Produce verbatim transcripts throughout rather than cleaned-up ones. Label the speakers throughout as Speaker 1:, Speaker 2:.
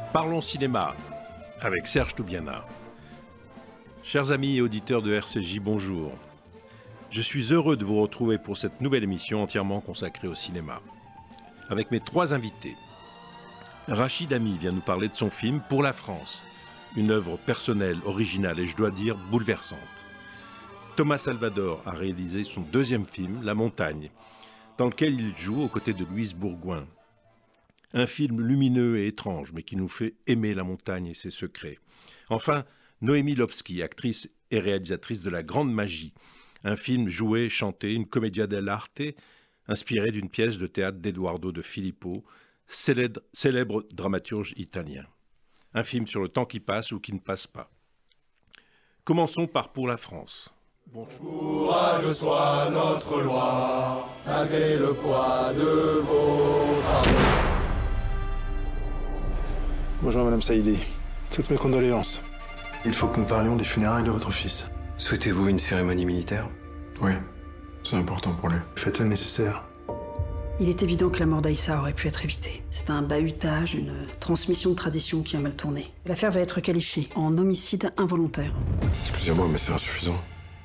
Speaker 1: Parlons cinéma avec Serge Toubiana. Chers amis et auditeurs de R C J, bonjour. Je suis heureux de vous retrouver pour cette nouvelle émission entièrement consacrée au cinéma. Avec mes trois invités. Rachid Ami vient nous parler de son film Pour la France, une œuvre personnelle, originale et je dois dire bouleversante. Thomas Salvador a réalisé son deuxième film, La Montagne, dans lequel il joue aux côtés de Louise Bourgoin. Un film lumineux et étrange, mais qui nous fait aimer la montagne et ses secrets. Enfin, Noémie Lovski, actrice et réalisatrice de La Grande Magie, un film joué, chanté, une commedia dell'arte, inspiré d'une pièce de théâtre d'Edoardo de Filippo, célèbre, célèbre dramaturge italien. Un film sur le temps qui passe ou qui ne passe pas. Commençons par Pour la France. Bonjour.
Speaker 2: Courage soit notre loi, malgré le poids de vos travaux.
Speaker 3: Bonjour Madame Saïdi, toutes mes condoléances.
Speaker 4: Il faut que nous parlions des funérailles de votre fils.
Speaker 5: Souhaitez-vous une cérémonie militaire ?
Speaker 4: Oui, c'est important pour lui. Faites le nécessaire.
Speaker 6: Il est évident que la mort d'Aïssa aurait pu être évitée. C'est un bahutage, une transmission de tradition qui a mal tourné. L'affaire va être qualifiée en homicide involontaire.
Speaker 4: Excusez-moi, mais c'est insuffisant.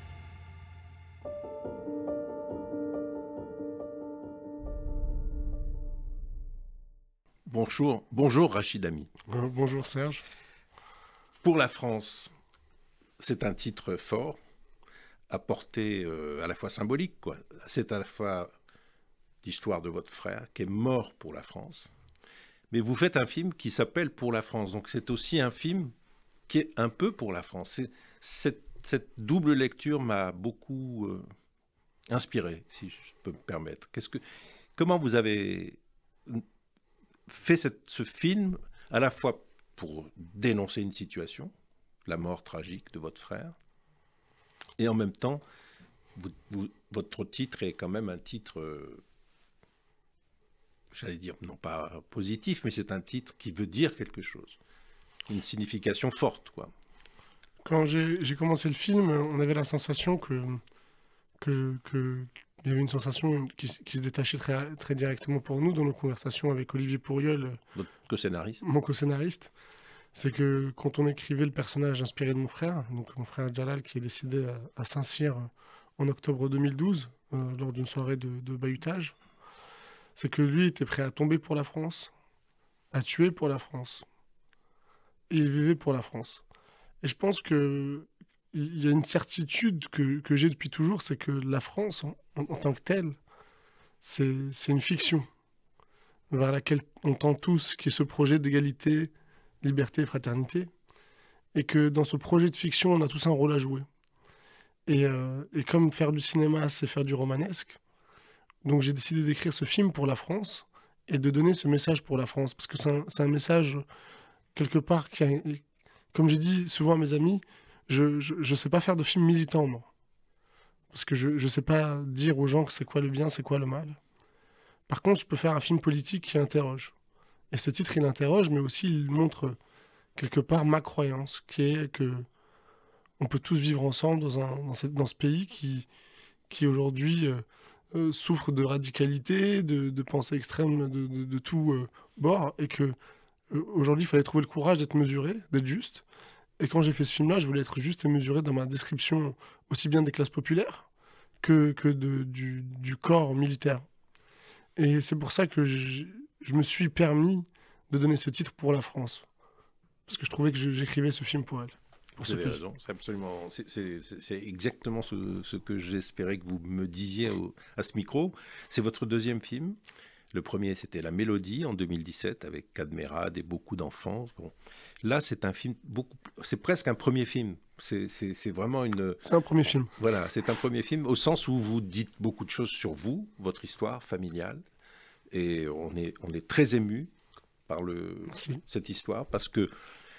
Speaker 1: Bonjour, bonjour Rachid Ami.
Speaker 7: Euh, bonjour Serge.
Speaker 1: Pour la France, c'est un titre fort, à portée euh, à la fois symbolique, quoi. C'est à la fois l'histoire de votre frère qui est mort pour la France, mais vous faites un film qui s'appelle Pour la France, donc c'est aussi un film qui est un peu pour la France. C'est, cette, cette double lecture m'a beaucoup euh, inspiré, si je peux me permettre. Qu'est-ce que, comment vous avez fait cette, ce film à la fois pour dénoncer une situation, la mort tragique de votre frère, et en même temps, vous, vous, votre titre est quand même un titre, euh, j'allais dire, non pas positif, mais c'est un titre qui veut dire quelque chose, une signification forte, quoi.
Speaker 7: Quand j'ai, j'ai commencé le film, on avait la sensation que, que, que il y avait une sensation qui, qui se détachait très, très directement pour nous dans nos conversations avec Olivier Pourriol,
Speaker 1: votre co-scénariste.
Speaker 7: Mon co-scénariste. C'est que quand on écrivait le personnage inspiré de mon frère, donc mon frère Jalal qui est décédé à, à Saint-Cyr en octobre deux mille douze, euh, lors d'une soirée de, de bahutage, c'est que lui était prêt à tomber pour la France, à tuer pour la France. Et il vivait pour la France. Et je pense qu'il y a une certitude que, que j'ai depuis toujours, c'est que la France, en, en, en tant que telle, c'est, c'est une fiction vers laquelle on tend tous, qui est ce projet d'égalité, liberté et fraternité, et que dans ce projet de fiction, on a tous un rôle à jouer. Et, euh, et comme faire du cinéma, c'est faire du romanesque, donc j'ai décidé d'écrire ce film pour la France et de donner ce message pour la France, parce que c'est un, c'est un message, quelque part, qui a, comme j'ai dit souvent à mes amis, je ne sais pas faire de film militant, moi. Parce que je ne sais pas dire aux gens que c'est quoi le bien, c'est quoi le mal. Par contre, je peux faire un film politique qui interroge. Et ce titre, il interroge, mais aussi il montre quelque part ma croyance, qui est que on peut tous vivre ensemble dans, un, dans, cette, dans ce pays qui, qui aujourd'hui euh, euh, souffre de radicalité, de, de pensée extrême de, de, de tout euh, bord, et que euh, aujourd'hui, il fallait trouver le courage d'être mesuré, d'être juste. Et quand j'ai fait ce film-là, je voulais être juste et mesuré dans ma description aussi bien des classes populaires que, que de, du, du corps militaire. Et c'est pour ça que je, je me suis permis de donner ce titre pour la France. Parce que je trouvais que je, j'écrivais ce film pour elle. Pour
Speaker 1: vous avez raison, c'est absolument, c'est, c'est, c'est exactement ce, ce que j'espérais que vous me disiez au, à ce micro. C'est votre deuxième film. Le premier, c'était La Mélodie, en deux mille dix-sept, avec Cadmerade et beaucoup d'enfants. Bon. Là, c'est un film, beaucoup, c'est presque un premier film. C'est, c'est, c'est vraiment une...
Speaker 7: C'est un premier film.
Speaker 1: Voilà, c'est un premier film, au sens où vous dites beaucoup de choses sur vous, votre histoire familiale. Et on est, on est très ému par le, cette histoire, parce que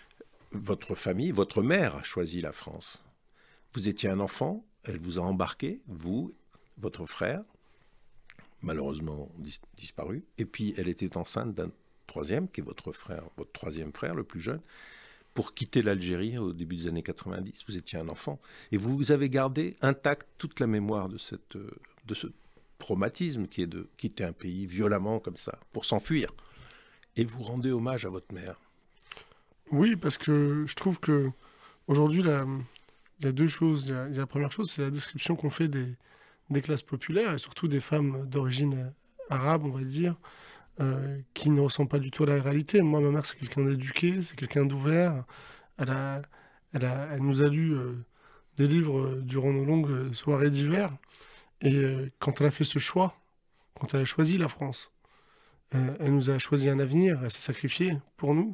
Speaker 1: votre famille, votre mère a choisi la France. Vous étiez un enfant, elle vous a embarqué, vous, votre frère, malheureusement dis- disparu, et puis elle était enceinte d'un troisième, qui est votre frère, votre troisième frère, le plus jeune, pour quitter l'Algérie au début des années quatre-vingt-dix. Vous étiez un enfant, et vous avez gardé intacte toute la mémoire de, cette, de ce traumatisme qui est de quitter un pays violemment comme ça, pour s'enfuir. Et vous rendez hommage à votre mère.
Speaker 7: Oui, parce que je trouve que aujourd'hui, la- il y a deux choses. Il y a, il y a la première chose, c'est la description qu'on fait des, des classes populaires, et surtout des femmes d'origine euh, arabe, on va dire, euh, qui ne ressemblent pas du tout à la réalité. Moi, ma mère, c'est quelqu'un d'éduqué, c'est quelqu'un d'ouvert. Elle, a, elle, a, elle nous a lu euh, des livres euh, durant nos longues euh, soirées d'hiver. Et euh, quand elle a fait ce choix, quand elle a choisi la France, euh, elle nous a choisi un avenir, elle s'est sacrifiée pour nous.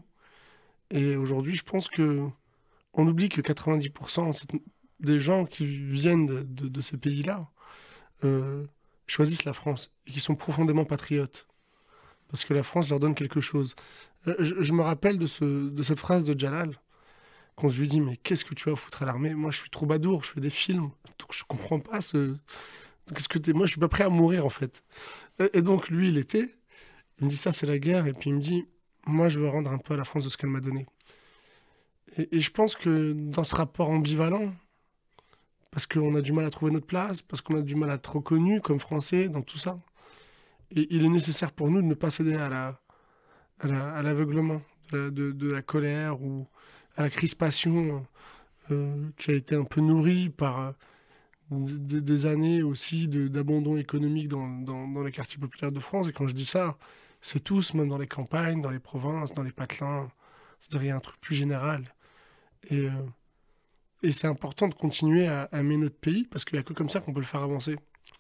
Speaker 7: Et aujourd'hui, je pense que on oublie que quatre-vingt-dix pour cent c'est- des gens qui viennent de, de- de ces pays-là euh, choisissent la France et qui sont profondément patriotes. Parce que la France leur donne quelque chose. Euh, je, je me rappelle de, ce, de cette phrase de Jalal, quand je lui dis, mais qu'est-ce que tu vas foutre à l'armée? Moi, je suis troubadour, je fais des films, donc je comprends pas ce... Qu'est-ce que t'es... Moi, je suis pas prêt à mourir, en fait. Et, et donc, lui, il était. Il me dit, ça, c'est la guerre. Et puis, il me dit, moi, je veux rendre un peu à la France de ce qu'elle m'a donné. Et, et je pense que dans ce rapport ambivalent, parce qu'on a du mal à trouver notre place, parce qu'on a du mal à être reconnu comme Français dans tout ça, et il est nécessaire pour nous de ne pas céder à la, à la- à l'aveuglement, de la, de- de la colère ou à la crispation euh, qui a été un peu nourrie par euh, des, des années aussi de- d'abandon économique dans, dans- dans les quartiers populaires de France. Et quand je dis ça, c'est tous, même dans les campagnes, dans les provinces, dans les patelins. C'est-à-dire, il y a un truc plus général. Et, euh, et c'est important de continuer à, à aimer notre pays parce qu'il n'y a que comme ça qu'on peut le faire avancer.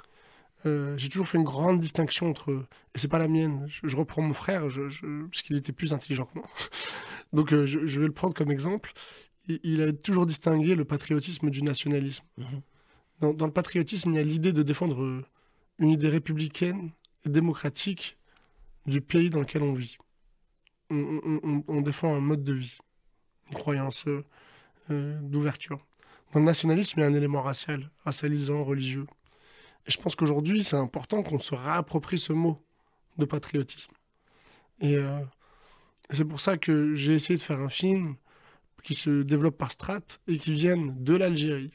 Speaker 7: Euh, j'ai toujours fait une grande distinction entre, et c'est pas la mienne, je, je reprends mon frère, je, je- parce qu'il était plus intelligent que moi. Donc euh, je, je vais le prendre comme exemple. Il, il a toujours distingué le patriotisme du nationalisme.
Speaker 1: Mhm.
Speaker 7: Dans, dans le patriotisme, il y a l'idée de défendre euh, une idée républicaine et démocratique du pays dans lequel on vit. On, on- on- on défend un mode de vie, une croyance euh, euh, d'ouverture. Dans le nationalisme, il y a un élément racial, racialisant, religieux. Et je pense qu'aujourd'hui, c'est important qu'on se réapproprie ce mot de patriotisme. Et euh, c'est pour ça que j'ai essayé de faire un film qui se développe par strates et qui vienne de l'Algérie,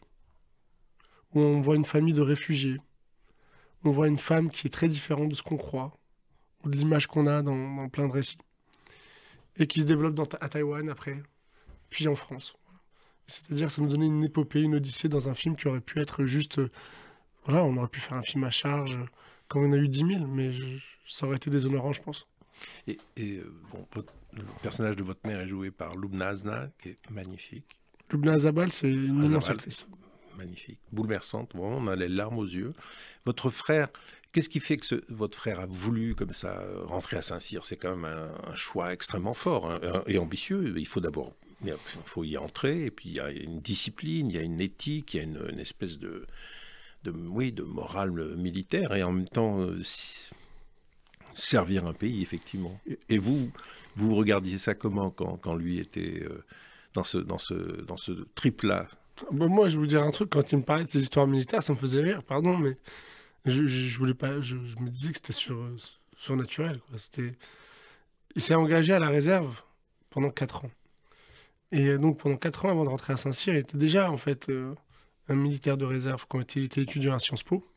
Speaker 7: où on voit une famille de réfugiés, on voit une femme qui est très différente de ce qu'on croit, ou de l'image qu'on a dans, dans plein de récits, et qui se développe dans, à Taïwan après, puis en France. C'est-à-dire, ça nous donnait une épopée, une odyssée dans un film qui aurait pu être juste... euh, Voilà, on aurait pu faire un film à charge, euh, comme on a eu dix mille, mais je- ça aurait été déshonorant, je pense.
Speaker 1: Et, et, euh, bon, votre- le personnage de votre mère est joué par Lubna Azna, qui est magnifique,
Speaker 7: Lubna Azabal, c'est une immense
Speaker 1: Azabal,
Speaker 7: actrice.
Speaker 1: magnifique, bouleversante, vraiment, on a les larmes aux yeux. Votre frère, qu'est-ce qui fait que ce- votre frère a voulu comme ça euh, rentrer à Saint-Cyr? C'est quand même un, un choix extrêmement fort hein, et ambitieux. Il faut d'abord, il faut y entrer, et puis il y a une discipline, il y a une éthique, il y a une, une espèce de, de, oui, de morale militaire, et en même temps euh, si- servir un pays, effectivement. Et, et vous, vous regardiez ça comment quand, quand lui était euh, dans ce, dans ce, dans ce trip-là?
Speaker 7: Bon, moi, je vais vous dire un truc, quand il me parlait de ces histoires militaires, ça me faisait rire, pardon, mais je, je, je voulais pas, je, je me disais que c'était sur, surnaturel, quoi. C'était... Il s'est engagé à la réserve pendant quatre ans. Et donc, pendant quatre ans, avant de rentrer à Saint-Cyr, il était déjà, en fait, euh, un militaire de réserve quand il était étudiant à Sciences Po.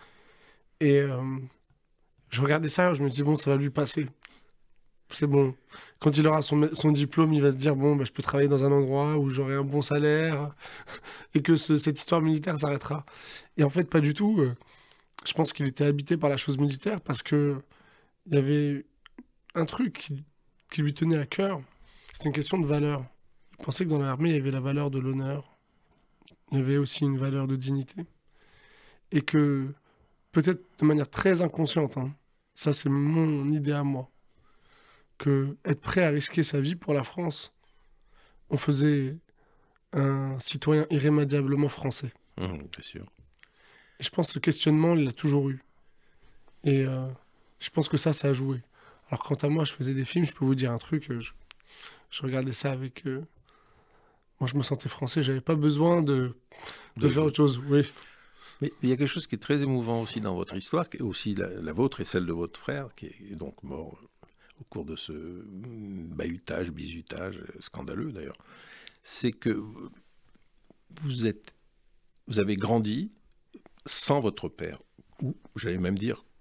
Speaker 7: Et euh, je regardais ça, je me disais, bon, ça va lui passer. C'est bon. Quand il aura son, son diplôme, il va se dire, bon, bah, je peux travailler dans un endroit où j'aurai un bon salaire et que ce- cette histoire militaire s'arrêtera. Et en fait, pas du tout. Euh, Je pense qu'il était habité par la chose militaire parce que il y avait un truc qui, qui lui tenait à cœur. C'était une question de valeur. Il pensait que dans l'armée, il y avait la valeur de l'honneur. Il y avait aussi une valeur de dignité. Et que, peut-être de manière très inconsciente, hein, ça c'est mon idée à moi, que être prêt à risquer sa vie pour la France, on faisait un citoyen irrémédiablement français.
Speaker 1: Mmh, bien sûr.
Speaker 7: Et je pense que ce questionnement, il l'a toujours eu. Et euh, je pense que ça, ça a joué. Alors quant à moi, je faisais des films, je peux vous dire un truc, euh, je, je regardais ça avec... euh, Moi, je me sentais français, j'avais pas besoin de, de
Speaker 1: De-
Speaker 7: faire autre chose, oui.
Speaker 1: Mais il y a quelque chose qui est très émouvant aussi dans votre histoire, qui est aussi la, la vôtre et celle de votre frère, qui est donc mort au cours de ce bahutage, bizutage, scandaleux d'ailleurs. C'est que vous êtes, vous avez grandi sans votre père, ou j'allais même dire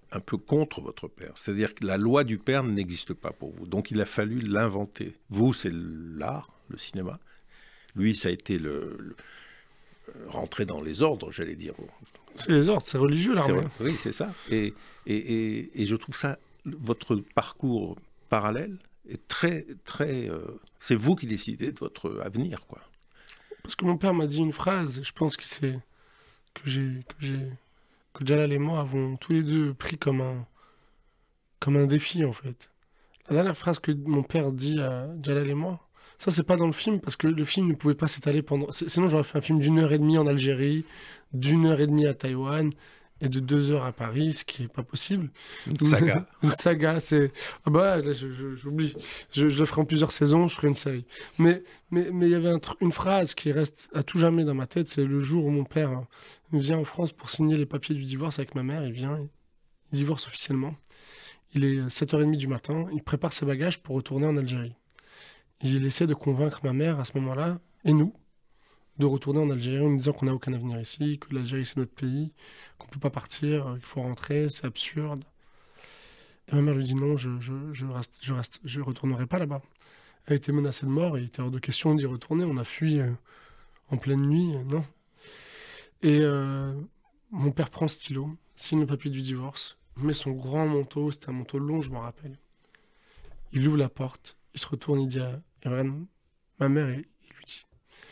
Speaker 1: un peu contre votre père. C'est-à-dire que la loi du père n'existe pas pour vous. Donc il a fallu l'inventer. Vous, c'est l'art, le cinéma. Lui, ça a été le, le rentrer dans les ordres, j'allais dire.
Speaker 7: C'est les ordres, c'est religieux l'armée.
Speaker 1: C'est, oui, c'est ça. Et, et, et, et je trouve ça, votre parcours parallèle est très, très... Euh, c'est vous qui décidez de votre avenir, quoi.
Speaker 7: Parce que mon père m'a dit une phrase, je pense que c'est que j'ai que j'ai que Jalal et moi avons tous les deux pris comme un comme un défi en fait. La dernière phrase que mon père dit à Jalal et moi, ça c'est pas dans le film parce que le film ne pouvait pas s'étaler pendant. Sinon j'aurais fait un film d'une heure et demie en Algérie, d'une heure et demie à Taïwan et de deux heures à Paris, ce qui est pas possible.
Speaker 1: Une saga.
Speaker 7: Une saga, c'est ah bah là, je, je, j'oublie. Je, je le ferai en plusieurs saisons, je ferai une série. Mais mais mais il y avait un tr- une phrase qui reste à tout jamais dans ma tête, c'est le jour où mon père hein, vient en France pour signer les papiers du divorce avec ma mère. Il vient, il divorce officiellement. Il est sept heures trente du matin, il prépare ses bagages pour retourner en Algérie. Il essaie de convaincre ma mère à ce moment-là et nous de retourner en Algérie en nous disant qu'on n'a aucun avenir ici, que l'Algérie c'est notre pays, qu'on ne peut pas partir, qu'il faut rentrer, c'est absurde. Et ma mère lui dit non, je je, je reste, je reste, je retournerai pas là-bas. Elle a été menacée de mort, et il était hors de question d'y retourner, on a fui euh, en pleine nuit, euh, non. Et euh, mon père prend le stylo, signe le papier du divorce, met son grand manteau, c'était un manteau long, je m'en rappelle. Il ouvre la porte, il se retourne, il dit à Irène, ma mère, il, il lui dit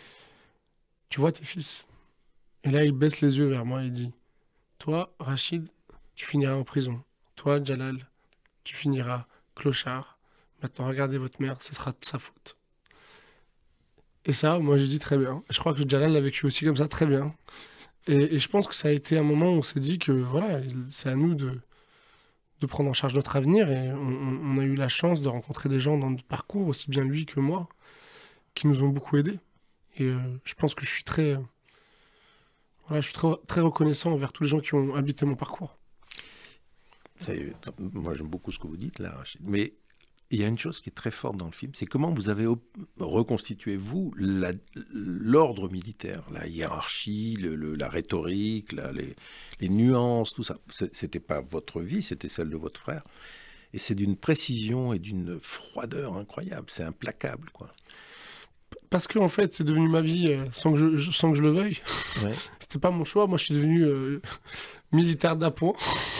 Speaker 7: tu vois tes fils? Et là, il baisse les yeux vers moi et dit toi, Rachid, tu finiras en prison. Toi, Jalal, tu finiras clochard. Maintenant, regardez votre mère, ce sera de sa faute. Et ça, moi, j'ai dit très bien. Je crois que Jalal l'a vécu aussi comme ça, très bien. Et, et je pense que ça a été un moment où on s'est dit que voilà, c'est à nous de, de prendre en charge notre avenir. Et on, on a eu la chance de rencontrer des gens dans notre parcours, aussi bien lui que moi, qui nous ont beaucoup aidés. Et euh, je pense que je suis très, euh, voilà, je suis très, très reconnaissant envers tous les gens qui ont habité mon parcours.
Speaker 1: C'est, moi, j'aime beaucoup ce que vous dites là, Rachid. Mais il y a une chose qui est très forte dans le film, c'est comment vous avez op- reconstitué, vous, la, l'ordre militaire, la hiérarchie, le, le, la rhétorique, la, les, les nuances, tout ça. C'était pas votre vie, c'était celle de votre frère. Et c'est d'une précision et d'une froideur incroyable. C'est implacable, quoi.
Speaker 7: Parce que en fait, c'est devenu ma vie euh, sans, que je, sans que je le veuille.
Speaker 1: Ouais.
Speaker 7: C'était pas mon choix. Moi, je suis devenu euh, militaire d'appoint,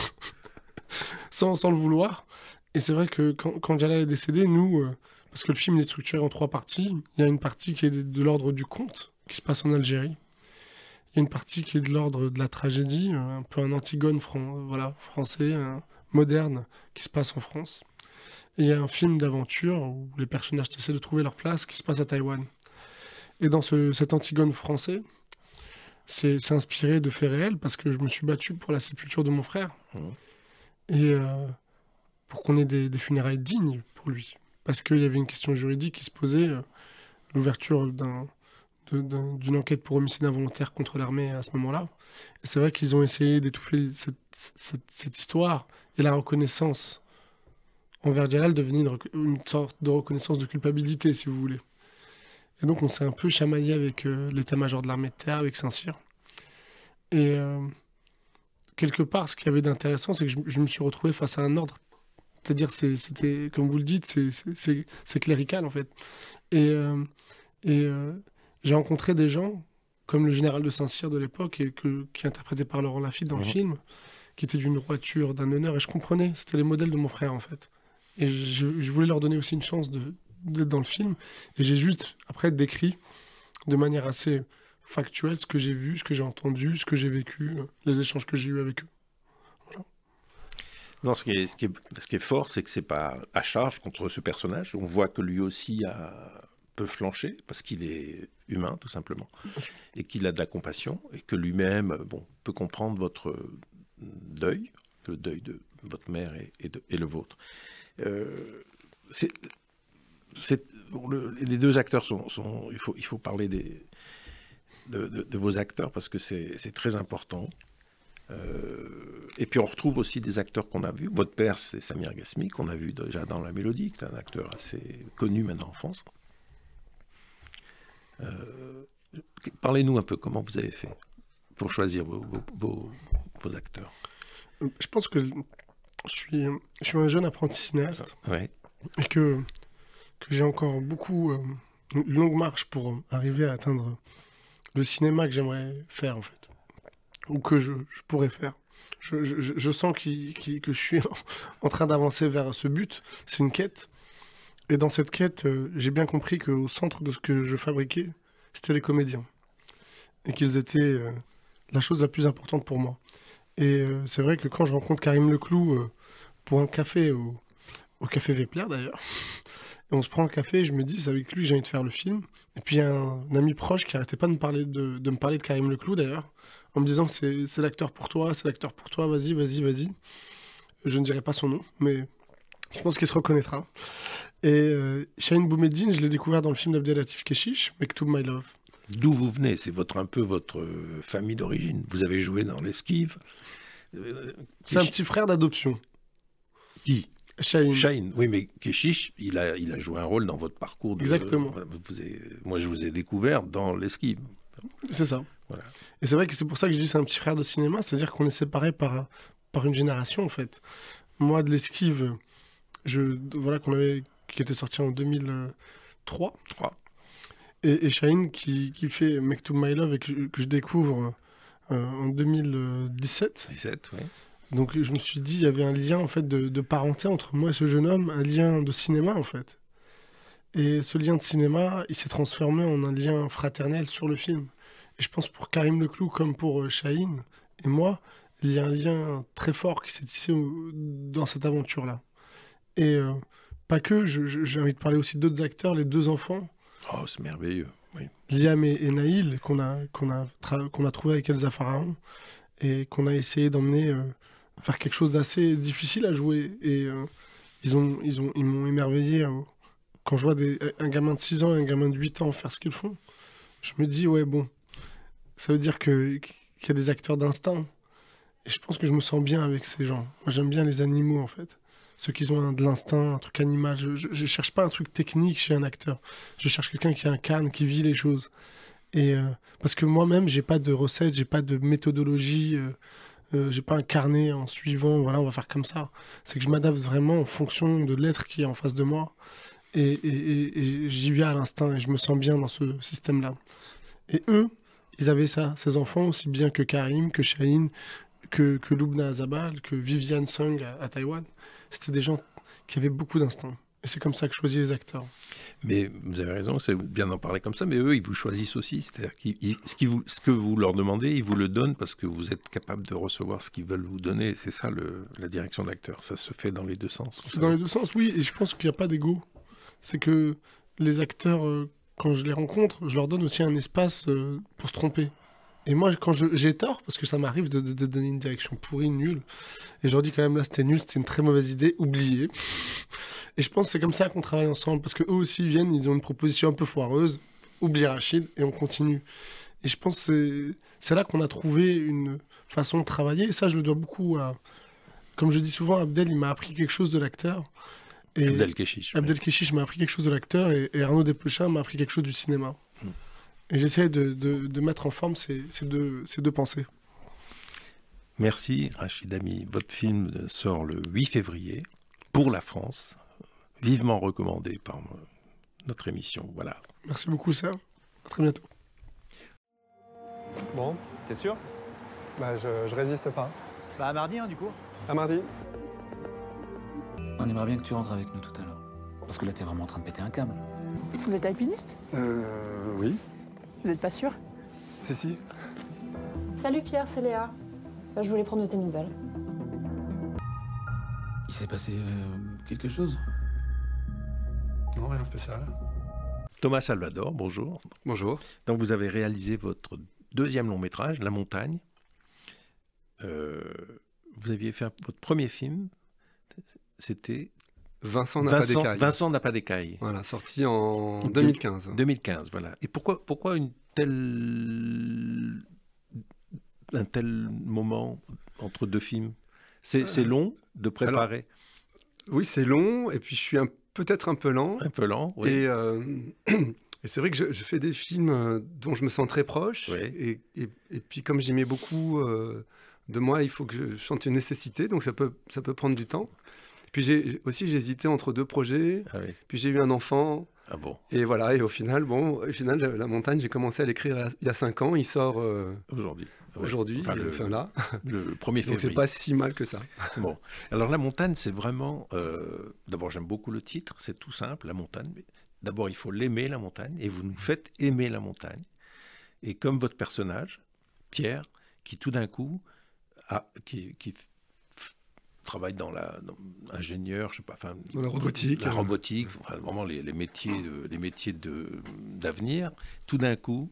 Speaker 7: sans, sans le vouloir. Et c'est vrai que quand, quand Jalal est décédé, nous, euh, parce que le film est structuré en trois parties, il y a une partie qui est de, de l'ordre du conte, qui se passe en Algérie. Il y a une partie qui est de l'ordre de la tragédie, un peu un Antigone fran- voilà, français, un, moderne, qui se passe en France. Et il y a un film d'aventure où les personnages essaient de trouver leur place, qui se passe à Taïwan. Et dans ce, cet Antigone français, c'est, c'est inspiré de faits réels, parce que je me suis battu pour la sépulture de mon frère. Mmh. Et euh, pour qu'on ait des, des funérailles dignes pour lui. Parce qu'il y avait une question juridique qui se posait, euh, l'ouverture d'un, de, d'un, d'une enquête pour homicide involontaire contre l'armée à ce moment-là. Et c'est vrai qu'ils ont essayé d'étouffer cette, cette, cette histoire et la reconnaissance envers Jalal devenait une, rec- une sorte de reconnaissance de culpabilité, si vous voulez. Et donc on s'est un peu chamaillé avec euh, l'état-major de l'armée de terre, avec Saint-Cyr. Et euh, quelque part, ce qu'il y avait d'intéressant, c'est que je, je me suis retrouvé face à un ordre. C'est-à-dire, c'est, c'était, comme vous le dites, c'est, c'est, c'est, c'est clérical, en fait. Et, euh, et euh, j'ai rencontré des gens, comme le général de Saint-Cyr de l'époque, et que, qui est interprété par Laurent Lafitte dans mmh. le film, qui était d'une droiture, d'un honneur, et je comprenais, c'était les modèles de mon frère, en fait. Et je, je voulais leur donner aussi une chance de, d'être dans le film. Et j'ai juste, après, décrit de manière assez factuelle ce que j'ai vu, ce que j'ai entendu, ce que j'ai vécu, les échanges que j'ai eus avec eux. Voilà.
Speaker 1: Non, ce qui est, ce qui est, ce qui est fort, c'est que c'est pas à charge contre ce personnage. On voit que lui aussi a, peut flancher, parce qu'il est humain, tout simplement, et qu'il a de la compassion, et que lui-même bon, peut comprendre votre deuil, le deuil de votre mère et, et, de, et le vôtre. Euh, c'est, c'est, bon, le, les deux acteurs sont, sont il faut, il faut parler des, de, de, de vos acteurs parce que c'est, c'est très important. Euh, et puis on retrouve aussi des acteurs qu'on a vus. Votre père, c'est Samir Ghasmi, qu'on a vu déjà dans La Mélodie, qui est un acteur assez connu maintenant en France. Euh, parlez-nous un peu comment vous avez fait pour choisir vos, vos, vos, vos acteurs.
Speaker 7: Je pense que je suis, je suis un jeune apprenti cinéaste
Speaker 1: Ouais.
Speaker 7: et que, que j'ai encore beaucoup, euh, une longue marche pour arriver à atteindre le cinéma que j'aimerais faire, en fait, ou que je, je pourrais faire. Je, je, je sens qu'il, qu'il, que je suis en train d'avancer vers ce but. C'est une quête. Et dans cette quête, euh, j'ai bien compris qu'au centre de ce que je fabriquais, c'était les comédiens. Et qu'ils étaient euh, la chose la plus importante pour moi. Et euh, c'est vrai que quand je rencontre Karim Leclou euh, pour un café, au, au Café Vepler d'ailleurs, et on se prend un café et je me dis, c'est avec lui que j'ai envie de faire le film. Et puis il y a un, un ami proche qui arrêtait pas de me parler de, de, me parler de Karim Leclou d'ailleurs, en me disant, c'est, c'est l'acteur pour toi, c'est l'acteur pour toi, vas-y, vas-y, vas-y. Je ne dirai pas son nom, mais je pense qu'il se reconnaîtra. Et euh, Chahine Boumediene, je l'ai découvert dans le film d'Abdelatif Kechiche, Mektoub My Love.
Speaker 1: D'où vous venez? C'est votre, un peu votre euh, famille d'origine. Vous avez joué dans l'Esquive. Euh,
Speaker 7: C'est un petit frère d'adoption.
Speaker 1: Qui?
Speaker 7: Chahine.
Speaker 1: Chahine. Oui, mais Kechiche, il a, il a joué un rôle dans votre parcours. De,
Speaker 7: Exactement.
Speaker 1: Euh, vous avez, moi, je vous ai découvert dans l'Esquive.
Speaker 7: C'est ça.
Speaker 1: Voilà.
Speaker 7: Et c'est vrai que c'est pour ça que je dis c'est un petit frère de cinéma, c'est-à-dire qu'on est séparés par, par une génération, en fait. Moi, de l'Esquive, je, voilà, qu'on avait, qui était sorti en deux mille trois.
Speaker 1: Trois.
Speaker 7: Et, et Chahine qui, qui fait Mektoub My Love et que je, que je découvre euh, en deux mille dix-sept.
Speaker 1: dix-sept, oui.
Speaker 7: Donc je me suis dit, il y avait un lien en fait de, de parenté entre moi et ce jeune homme, un lien de cinéma en fait. Et ce lien de cinéma, il s'est transformé en un lien fraternel sur le film. Et je pense pour Karim Leclou comme pour euh, Chahine et moi, il y a un lien très fort qui s'est tissé au, dans cette aventure-là. Et euh, pas que, je, je, j'ai envie de parler aussi d'autres acteurs, les deux enfants.
Speaker 1: Oh, c'est merveilleux, oui.
Speaker 7: Liam et, et Naïl, qu'on a, qu'on, a tra- qu'on a trouvé avec Elsa Pharaon, et qu'on a essayé d'emmener euh, faire quelque chose d'assez difficile à jouer. Et euh, ils, ont, ils, ont, ils m'ont émerveillé. Euh, quand je vois des, un gamin de six ans et un gamin de huit ans faire ce qu'ils font, je me dis, ouais, bon, ça veut dire que, qu'il y a des acteurs d'instinct. Et je pense que je me sens bien avec ces gens. Moi, j'aime bien les animaux, en fait. Ceux qui ont un, de l'instinct, un truc animal. Je, je, je cherche pas un truc technique chez un acteur. Je cherche quelqu'un qui incarne, qui vit les choses. Et euh, parce que moi-même, j'ai pas de recette, j'ai pas de méthodologie, euh, euh, j'ai pas un carnet en suivant. Voilà, on va faire comme ça. C'est que je m'adapte vraiment en fonction de l'être qui est en face de moi. Et, et, et, et j'y vais à l'instinct et je me sens bien dans ce système-là. Et eux, ils avaient ça, ces enfants, aussi bien que Karim, que Chahine, que, que Lubna Azabal, que Viviane Sung à, à Taïwan. C'était des gens qui avaient beaucoup d'instinct. Et c'est comme ça que je choisis les acteurs.
Speaker 1: Mais vous avez raison, c'est bien d'en parler comme ça, mais eux, ils vous choisissent aussi. C'est-à-dire qu'ils, ce, qu'ils vous, ce que vous leur demandez, ils vous le donnent parce que vous êtes capable de recevoir ce qu'ils veulent vous donner. C'est ça le, la direction d'acteur. Ça se fait dans les deux sens.
Speaker 7: C'est dans les deux sens, oui. Et je pense qu'il n'y a pas d'ego. C'est que les acteurs, euh, quand je les rencontre, je leur donne aussi un espace euh, pour se tromper. Et moi, quand je, j'ai tort, parce que ça m'arrive de, de, de donner une direction pourrie, nulle, et je leur dis quand même là, c'était nul, c'était une très mauvaise idée, oubliez. Et je pense que c'est comme ça qu'on travaille ensemble, parce qu'eux aussi ils viennent, ils ont une proposition un peu foireuse, oublie Rachid, et on continue. Et je pense que c'est, c'est là qu'on a trouvé une façon de travailler, et ça, je le dois beaucoup à... Comme je dis souvent, Abdel, il m'a appris quelque chose de l'acteur. Et
Speaker 1: Abdel Kechiche.
Speaker 7: Abdel Kechiche m'a appris quelque chose de l'acteur, et, et Arnaud Desplechin m'a appris quelque chose du cinéma. Hum. Et j'essaie de, de, de mettre en forme ces, ces, deux, ces deux pensées.
Speaker 1: Merci Rachid Ami. Votre film sort le huit février pour la France. Vivement recommandé par notre émission. Voilà.
Speaker 7: Merci beaucoup, Serge. À très bientôt.
Speaker 8: Bon, t'es sûr?
Speaker 9: Bah, je, je résiste pas.
Speaker 8: Bah, à mardi, hein, du coup.
Speaker 9: À mardi.
Speaker 10: On aimerait bien que tu rentres avec nous tout à l'heure. Parce que là, t'es vraiment en train de péter un câble.
Speaker 11: Vous êtes alpiniste?
Speaker 9: Euh, oui.
Speaker 11: Vous êtes pas sûr?
Speaker 9: Si, si.
Speaker 12: Salut Pierre, c'est Léa. Bah, je voulais prendre de tes nouvelles.
Speaker 10: Il s'est passé euh, quelque chose?
Speaker 9: Non, rien de spécial.
Speaker 1: Thomas Salvador, bonjour.
Speaker 5: Bonjour.
Speaker 1: Donc vous avez réalisé votre deuxième long métrage, La Montagne. Euh, vous aviez fait un, votre premier film, c'était...
Speaker 5: Vincent n'a pas d'écaille.
Speaker 1: Vincent n'a pas d'écaille.
Speaker 5: Voilà, sorti en deux mille quinze.
Speaker 1: deux mille quinze, voilà. Et pourquoi, pourquoi une telle, un tel moment entre deux films? C'est, euh, c'est long de préparer.
Speaker 5: Alors, oui, c'est long, et puis je suis un, peut-être un peu lent.
Speaker 1: Un peu lent, oui.
Speaker 5: Et, euh, et c'est vrai que je, je fais des films dont je me sens très proche.
Speaker 1: Oui.
Speaker 5: Et, et, et puis comme j'aimais beaucoup... Euh, de moi, il faut que je chante une nécessité, donc ça peut, ça peut prendre du temps. Puis j'ai, aussi, j'ai hésité entre deux projets,
Speaker 1: Ah oui.
Speaker 5: puis j'ai eu un enfant.
Speaker 1: Ah bon.
Speaker 5: Et voilà, et au final, bon, au final, La Montagne, j'ai commencé à l'écrire il y a cinq ans, il sort euh,
Speaker 1: Aujourd'hui.
Speaker 5: aujourd'hui,
Speaker 1: Enfin, le,
Speaker 5: enfin là.
Speaker 1: Le premier février.
Speaker 5: Donc c'est pas si mal que ça.
Speaker 1: C'est bon. Alors La Montagne, c'est vraiment... Euh, d'abord, j'aime beaucoup le titre, c'est tout simple, La Montagne. Mais d'abord, il faut l'aimer, la montagne, et vous nous faites aimer la montagne. Et comme votre personnage, Pierre, qui tout d'un coup, a, qui, qui f- travaille dans la... Dans, ingénieur, je sais pas... Enfin,
Speaker 5: dans la robotique.
Speaker 1: La robotique, enfin, vraiment les, les métiers, de, les métiers de, d'avenir, tout d'un coup,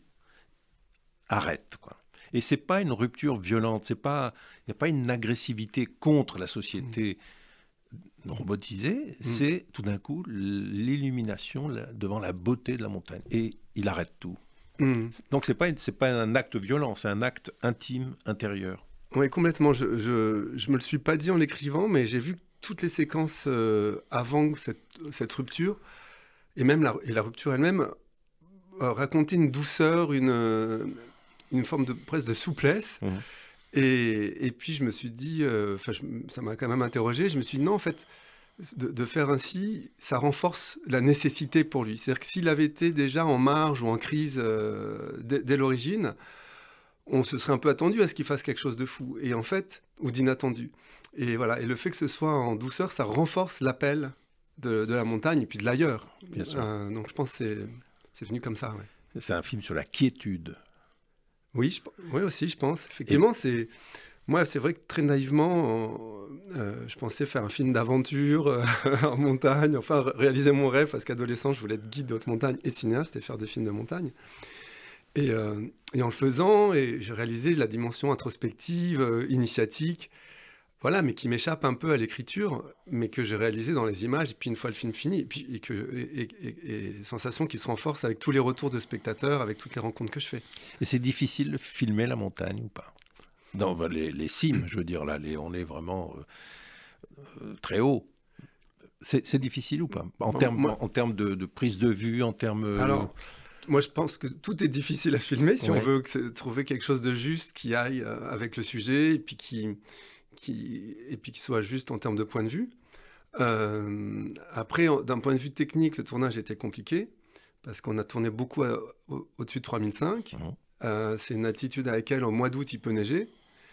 Speaker 1: arrête, quoi. Et c'est pas une rupture violente, c'est pas, il n'y a pas une agressivité contre la société mmh. robotisée, mmh. c'est tout d'un coup l'illumination la, devant la beauté de la montagne. Et il arrête tout. Mmh. Donc c'est pas, c'est pas un acte violent, c'est un acte intime, intérieur.
Speaker 5: Oui, complètement. Je, je, je me le suis pas dit en l'écrivant, mais j'ai vu toutes les séquences euh, avant cette, cette rupture, et même la, et la rupture elle-même, euh, raconter une douceur, une... Euh, une forme de presque de souplesse. Mmh. Et, et puis, je me suis dit, euh, je, ça m'a quand même interrogé, je me suis dit, non, en fait, de, de faire ainsi, ça renforce la nécessité pour lui. C'est-à-dire que s'il avait été déjà en marge ou en crise euh, dès, dès l'origine, on se serait un peu attendu à ce qu'il fasse quelque chose de fou, et en fait, ou d'inattendu. Et voilà, et le fait que ce soit en douceur, ça renforce l'appel de, de la montagne et puis de l'ailleurs.
Speaker 1: Bien sûr.
Speaker 5: Euh, donc, je pense que c'est, c'est venu comme ça. Ouais.
Speaker 1: C'est un film sur la quiétude.
Speaker 5: Oui, je, oui, aussi, je pense. Effectivement, et... c'est... Moi, c'est vrai que très naïvement, euh, je pensais faire un film d'aventure euh, en montagne, enfin, réaliser mon rêve, parce qu'adolescent, je voulais être guide de haute montagne et cinéaste, et faire des films de montagne. Et, euh, et en le faisant, et j'ai réalisé la dimension introspective, euh, initiatique, voilà, mais qui m'échappe un peu à l'écriture, mais que j'ai réalisé dans les images, et puis une fois le film fini, et puis et que et, et, et sensation qui se renforce avec tous les retours de spectateurs, avec toutes les rencontres que je fais.
Speaker 1: Et c'est difficile de filmer la montagne ou pas? Dans les, les cimes, je veux dire, là, les, on est vraiment euh, euh, très haut. C'est, c'est difficile ou pas? En termes moi... en, en termes de, de prise de vue, en termes...
Speaker 5: Alors, moi, je pense que tout est difficile à filmer si ouais. on veut que trouver quelque chose de juste qui aille euh, avec le sujet, et puis qui... Qui, et puis qui soit juste en termes de point de vue. Euh, après, d'un point de vue technique, le tournage était compliqué, parce qu'on a tourné beaucoup à, au, au-dessus de trois mille cinq. Mmh. Euh, c'est une altitude à laquelle, au mois d'août, il peut neiger,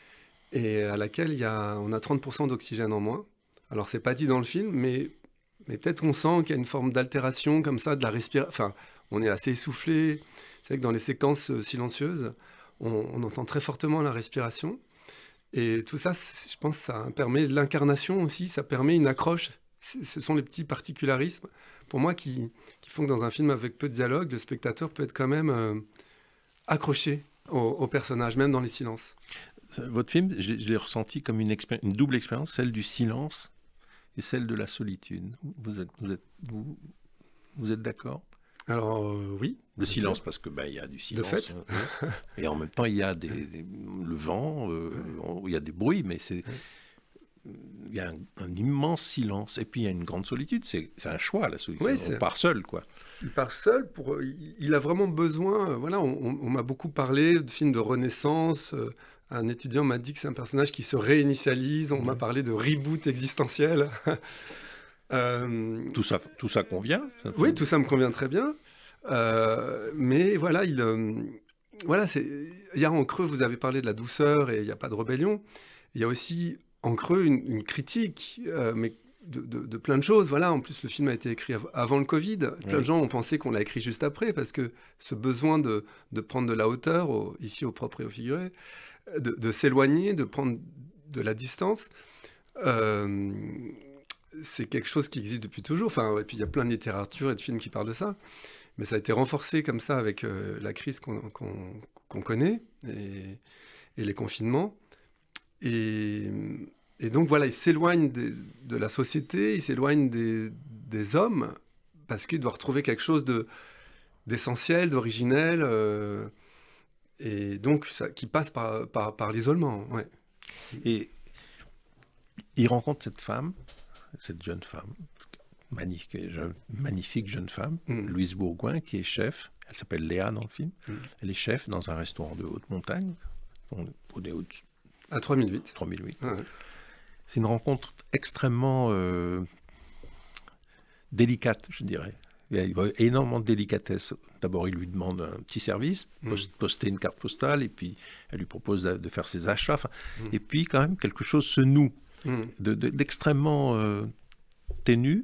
Speaker 5: et à laquelle il y a, on a trente pour cent d'oxygène en moins. Alors, c'est pas dit dans le film, mais, mais peut-être qu'on sent qu'il y a une forme d'altération comme ça, de la respiration. Enfin, on est assez essoufflé. C'est vrai que dans les séquences silencieuses, on, on entend très fortement la respiration. Et tout ça, je pense, ça permet l'incarnation aussi, ça permet une accroche. Ce sont les petits particularismes, pour moi, qui, qui font que dans un film avec peu de dialogue, le spectateur peut être quand même euh, accroché au, au personnage, même dans les silences.
Speaker 1: Votre film, je, je l'ai ressenti comme une, expé- une double expérience, celle du silence et celle de la solitude. Vous êtes, vous êtes, vous, vous êtes d'accord ?
Speaker 5: Alors, euh, oui.
Speaker 1: Le silence, sûr. Parce qu'il ben, y a du silence.
Speaker 5: De fait.
Speaker 1: Euh, et en même temps, il y a des, des, le vent, euh, on, il y a des bruits, mais c'est, il y a un, un immense silence. Et puis, il y a une grande solitude. C'est, c'est un choix, la solitude.
Speaker 5: Oui,
Speaker 1: on
Speaker 5: c'est...
Speaker 1: part seul, quoi.
Speaker 5: Il part seul. Pour, il a vraiment besoin... Voilà, on, on, on m'a beaucoup parlé de films de renaissance. Euh, un étudiant m'a dit que c'est un personnage qui se réinitialise. On mmh. m'a parlé de reboot existentiel.
Speaker 1: Euh, tout ça, tout ça convient.
Speaker 5: Ça oui, tout ça me convient très bien. Euh, mais voilà, il, euh, voilà, c'est. Il y a en creux, vous avez parlé de la douceur et il n'y a pas de rébellion. Il y a aussi en creux une, une critique, euh, mais de, de, de plein de choses. Voilà, en plus le film a été écrit av- avant le Covid. Plein oui. de gens ont pensé qu'on l'a écrit juste après parce que ce besoin de, de prendre de la hauteur, au, ici au propre et au figuré, de, de s'éloigner, de prendre de la distance. Euh, c'est quelque chose qui existe depuis toujours. Enfin, et puis il y a plein de littérature et de films qui parlent de ça. Mais ça a été renforcé comme ça avec euh, la crise qu'on, qu'on, qu'on connaît et, et les confinements. Et, et donc voilà, il s'éloigne des, de la société, il s'éloigne des, des hommes parce qu'il doit retrouver quelque chose de, d'essentiel, d'originel, euh, et donc ça, qui passe par, par, par l'isolement. Ouais.
Speaker 1: Et il rencontre cette femme, cette jeune femme, magnifique, jeune, magnifique jeune femme, mmh. Louise Bourgoin, qui est chef. Elle s'appelle Léa dans le film. Mmh. Elle est chef dans un restaurant de haute montagne. On est au,
Speaker 5: À trois mille huit.
Speaker 1: trois mille huit.
Speaker 5: Ouais.
Speaker 1: C'est une rencontre extrêmement euh, délicate, je dirais. Il y a énormément de délicatesse. D'abord, il lui demande un petit service, post- poster une carte postale, et puis elle lui propose de faire ses achats. Enfin,
Speaker 5: Mm.
Speaker 1: Et puis, quand même, quelque chose se noue
Speaker 5: Mm.
Speaker 1: de, de, d'extrêmement euh, ténu.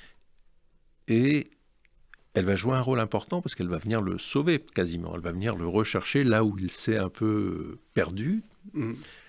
Speaker 1: Et elle va jouer un rôle important parce qu'elle va venir le sauver quasiment. Elle va venir le rechercher là où il s'est un peu perdu.
Speaker 5: Mm.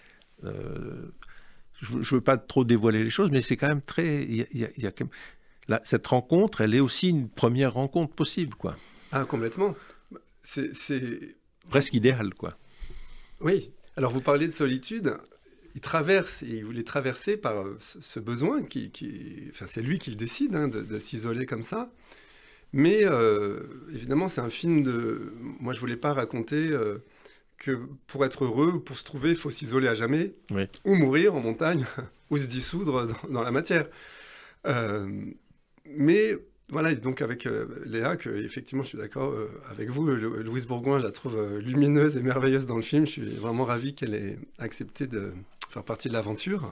Speaker 1: Euh, je ne veux pas trop dévoiler les choses, mais c'est quand même très... Il y a, il y a, il y a quand même... Là, cette rencontre, elle est aussi une première rencontre possible, quoi.
Speaker 5: Ah, complètement. C'est, c'est...
Speaker 1: Presque idéale, quoi.
Speaker 5: Oui. Alors, vous parlez de solitude. Il traverse, et il voulait traverser par ce, ce besoin qui... qui... Enfin, c'est lui qui le décide, hein, de, de s'isoler comme ça. Mais, euh, évidemment, c'est un film de... Moi, je ne voulais pas raconter... Euh... que pour être heureux, pour se trouver, il faut s'isoler à jamais,
Speaker 1: oui.
Speaker 5: ou mourir en montagne, ou se dissoudre dans, dans la matière. Euh, mais voilà, donc avec euh, Léa, que effectivement, je suis d'accord euh, avec vous, le, Louise Bourgoin, je la trouve euh, lumineuse et merveilleuse dans le film. Je suis vraiment ravi qu'elle ait accepté de faire partie de l'aventure.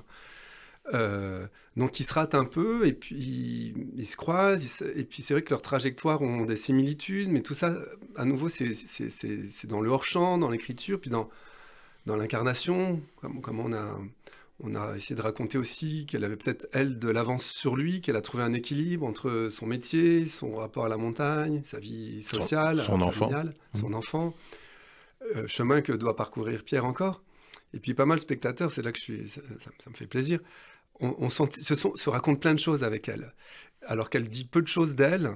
Speaker 5: Euh, donc ils se ratent un peu, et puis ils, ils se croisent, ils se, et puis c'est vrai que leurs trajectoires ont des similitudes, mais tout ça, à nouveau, c'est, c'est, c'est, c'est dans le hors-champ, dans l'écriture, puis dans, dans l'incarnation, comme, comme on a, on a essayé de raconter aussi qu'elle avait peut-être, elle, de l'avance sur lui, qu'elle a trouvé un équilibre entre son métier, son rapport à la montagne, sa vie sociale,
Speaker 1: son, son
Speaker 5: familiale,
Speaker 1: enfant,
Speaker 5: son mmh. enfant, euh, chemin que doit parcourir Pierre encore. Et puis pas mal de spectateurs, c'est là que je suis, ça, ça, ça me fait plaisir, on, on sent, se, sont, se raconte plein de choses avec elle, alors qu'elle dit peu de choses d'elle,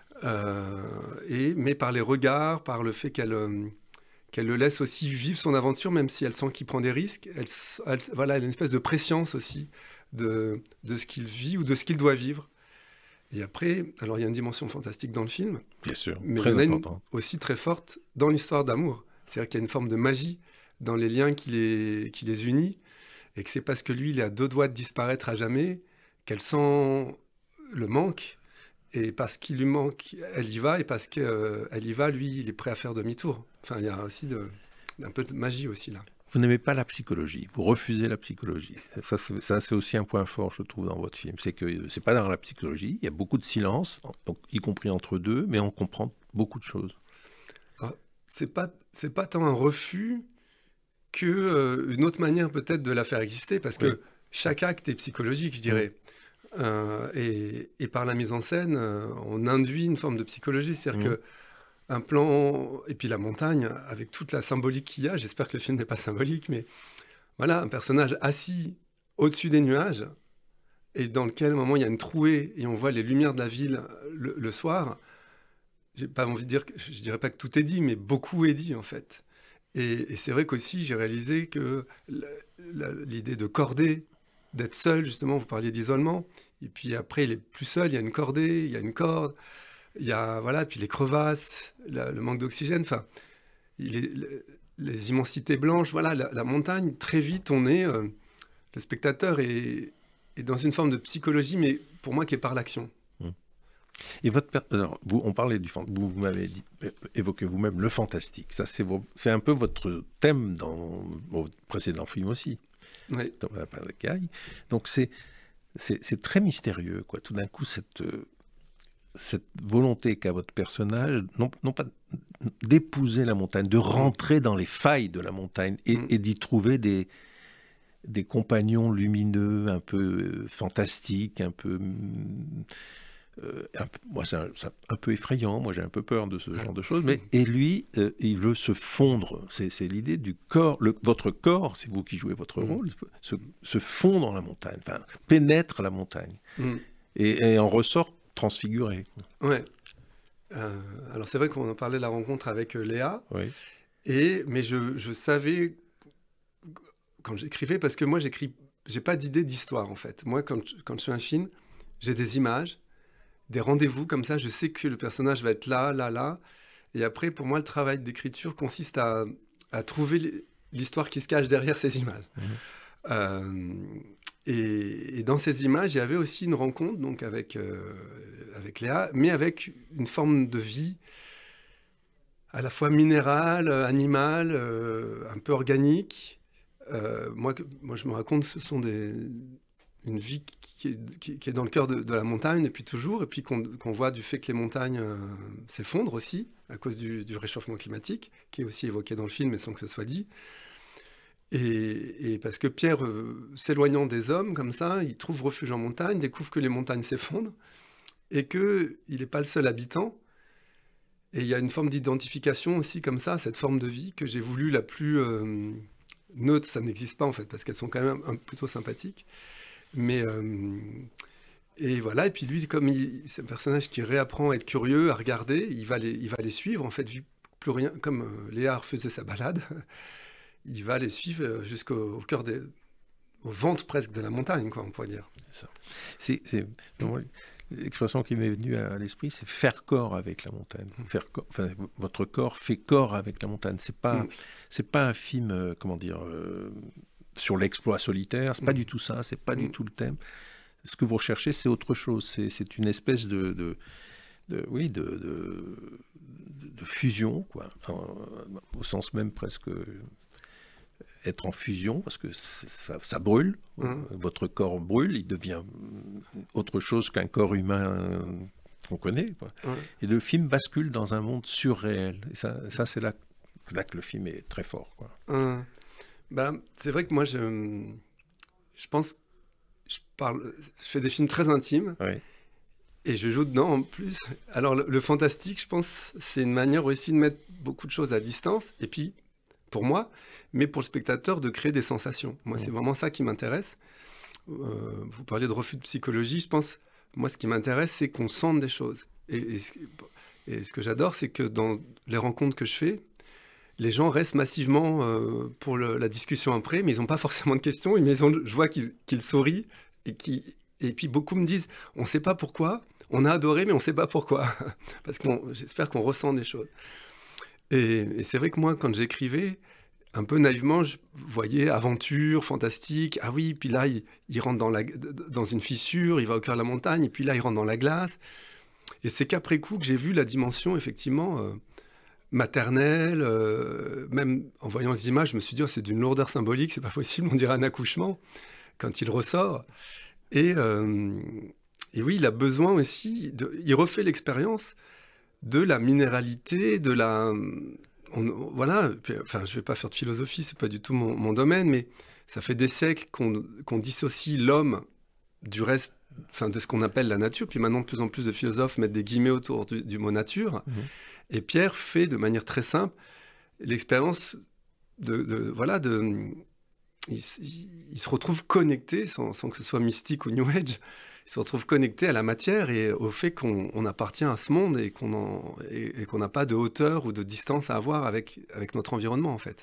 Speaker 5: euh, et, mais par les regards, par le fait qu'elle, euh, qu'elle le laisse aussi vivre son aventure, même si elle sent qu'il prend des risques, elle, elle, voilà, elle a une espèce de prescience aussi de, de ce qu'il vit ou de ce qu'il doit vivre. Et après, alors il y a une dimension fantastique dans le film,
Speaker 1: bien sûr,
Speaker 5: mais
Speaker 1: très
Speaker 5: il y en a une
Speaker 1: important.
Speaker 5: aussi très forte dans l'histoire d'amour. C'est-à-dire qu'il y a une forme de magie dans les liens qui les, qui les unit, et que c'est parce que lui, il est à deux doigts de disparaître à jamais, qu'elle sent le manque, et parce qu'il lui manque, elle y va, et parce qu'elle euh, y va, lui, il est prêt à faire demi-tour. Enfin, il y a aussi de, un peu de magie aussi, là.
Speaker 1: Vous n'aimez pas la psychologie, vous refusez la psychologie. Ça c'est, ça, c'est aussi un point fort, je trouve, dans votre film. C'est que c'est pas dans la psychologie, il y a beaucoup de silence, y compris entre deux, mais on comprend beaucoup de choses.
Speaker 5: Alors, c'est pas, c'est pas tant un refus que euh, une autre manière peut-être de la faire exister, parce que oui. chaque acte est psychologique, je dirais. Oui. Euh, et, et par la mise en scène, euh, on induit une forme de psychologie, c'est-à-dire mmh. que un plan, et puis la montagne, avec toute la symbolique qu'il y a, j'espère que le film n'est pas symbolique, mais voilà, un personnage assis au-dessus des nuages, et dans lequel, à un moment, il y a une trouée, et on voit les lumières de la ville le, le soir. J'ai pas envie de dire, que, je dirais pas que tout est dit, mais beaucoup est dit, en fait. Et, et c'est vrai qu'aussi, j'ai réalisé que la, la, l'idée de cordée, d'être seul, justement, vous parliez d'isolement, et puis après, il est plus seul, il y a une cordée, il y a une corde, il y a, voilà, puis les crevasses, la, le manque d'oxygène, enfin, les, les immensités blanches, voilà, la, la montagne, très vite, on est, euh, le spectateur est, est dans une forme de psychologie, mais pour moi, qui est par l'action.
Speaker 1: Et votre per... Alors, vous, on parlait du vous, vous m'avez dit, évoqué vous-même le fantastique. Ça, c'est, vos... c'est un peu votre thème dans vos précédents films aussi.
Speaker 5: Oui.
Speaker 1: Dans la Pagaille. Donc c'est, c'est c'est très mystérieux, quoi. Tout d'un coup, cette cette volonté qu'a votre personnage, non, non pas d'épouser la montagne, de rentrer dans les failles de la montagne et, mm. et d'y trouver des des compagnons lumineux, un peu fantastiques, un peu Euh, un, moi, c'est un, c'est un peu effrayant. Moi, j'ai un peu peur de ce genre de choses. Mais, et lui, euh, il veut se fondre. C'est, c'est l'idée du corps. Le, votre corps, c'est vous qui jouez votre rôle, il faut se, se fond dans la montagne, enfin, pénètre la montagne. Mm. Et, et en ressort transfiguré.
Speaker 5: Ouais. Euh, alors, c'est vrai qu'on en parlait de la rencontre avec euh, Léa.
Speaker 1: Oui.
Speaker 5: Et, mais je, je savais, quand j'écrivais, parce que moi, j'écris, j'ai pas d'idée d'histoire, en fait. Moi, quand, quand je fais un film, j'ai des images, des rendez-vous comme ça, je sais que le personnage va être là, là, là. Et après, pour moi, le travail d'écriture consiste à, à trouver l'histoire qui se cache derrière ces images. Mmh. Euh, et, et dans ces images, il y avait aussi une rencontre donc avec, euh, avec Léa, mais avec une forme de vie à la fois minérale, animale, euh, un peu organique, euh, moi, moi, je me raconte, ce sont des, une vie qui est, qui, qui est dans le cœur de, de la montagne depuis toujours, et puis qu'on qu'on voit du fait que les montagnes euh, s'effondrent aussi, à cause du, du réchauffement climatique, qui est aussi évoqué dans le film, mais sans que ce soit dit. Et, et parce que Pierre, euh, s'éloignant des hommes, comme ça, il trouve refuge en montagne, découvre que les montagnes s'effondrent, et qu'il n'est pas le seul habitant. Et il y a une forme d'identification aussi comme ça, cette forme de vie que j'ai voulu la plus euh, neutre, ça n'existe pas en fait, parce qu'elles sont quand même un, plutôt sympathiques. Mais euh, et voilà, et puis lui, comme il, c'est un personnage qui réapprend à être curieux, à regarder, il va les, il va les suivre en fait, vu plus rien, comme euh, Léa refaisait sa balade, il va les suivre jusqu'au au cœur des, au ventre presque de la montagne, quoi, on pourrait dire.
Speaker 1: C'est ça. C'est, c'est, non, l'expression qui m'est venue à l'esprit, c'est faire corps avec la montagne. Faire corps, enfin, votre corps fait corps avec la montagne. C'est pas, mm. c'est pas un film, euh, comment dire, euh, sur l'exploit solitaire. C'est mm. pas du tout ça. C'est pas mm. du tout le thème. Ce que vous recherchez, c'est autre chose. C'est, c'est une espèce de, de, de oui, de, de, de fusion, quoi. Enfin, au sens même presque. Être en fusion, parce que ça, ça brûle, mmh. votre corps brûle, il devient autre chose qu'un corps humain qu'on connaît, quoi. Mmh. Et le film bascule dans un monde surréel. Et ça, ça c'est là, là que le film est très fort, quoi.
Speaker 5: Mmh. Ben, c'est vrai que moi, je, je pense, je, parle, je fais des films très intimes,
Speaker 1: oui.
Speaker 5: et je joue dedans en plus. Alors, le, le fantastique, je pense, c'est une manière aussi de mettre beaucoup de choses à distance, et puis, pour moi, mais pour le spectateur, de créer des sensations. Moi, mmh. c'est vraiment ça qui m'intéresse. Euh, vous parliez de refus de psychologie, je pense, moi, ce qui m'intéresse, c'est qu'on sente des choses. Et, et, et ce que j'adore, c'est que dans les rencontres que je fais, les gens restent massivement euh, pour le, la discussion après, mais ils n'ont pas forcément de questions, mais ils ont, je vois qu'ils, qu'ils sourient, et, qui, et puis beaucoup me disent, on ne sait pas pourquoi, on a adoré, mais on ne sait pas pourquoi. Parce que j'espère qu'on ressent des choses. Et, et c'est vrai que moi, quand j'écrivais, un peu naïvement, je voyais aventure, fantastique. Ah oui, puis là, il, il rentre dans, la, dans une fissure, il va au cœur de la montagne, et puis là, il rentre dans la glace. Et c'est qu'après coup que j'ai vu la dimension, effectivement, euh, maternelle. Euh, même en voyant les images, je me suis dit, oh, c'est d'une lourdeur symbolique, c'est pas possible, on dirait un accouchement, quand il ressort. Et, euh, et oui, il a besoin aussi, de, il refait l'expérience de la minéralité, de la... On, voilà, puis, enfin, je ne vais pas faire de philosophie, ce n'est pas du tout mon, mon domaine, mais ça fait des siècles qu'on, qu'on dissocie l'homme du reste, enfin, de ce qu'on appelle la nature. Puis maintenant, de plus en plus de philosophes mettent des guillemets autour du, du mot nature. Mmh. Et Pierre fait de manière très simple l'expérience de... de voilà, de, il, il, il se retrouve connecté, sans, sans que ce soit mystique ou New Age, il se retrouve connecté à la matière et au fait qu'on on appartient à ce monde et qu'on en, et, et qu'on n'a pas de hauteur ou de distance à avoir avec, avec notre environnement, en fait.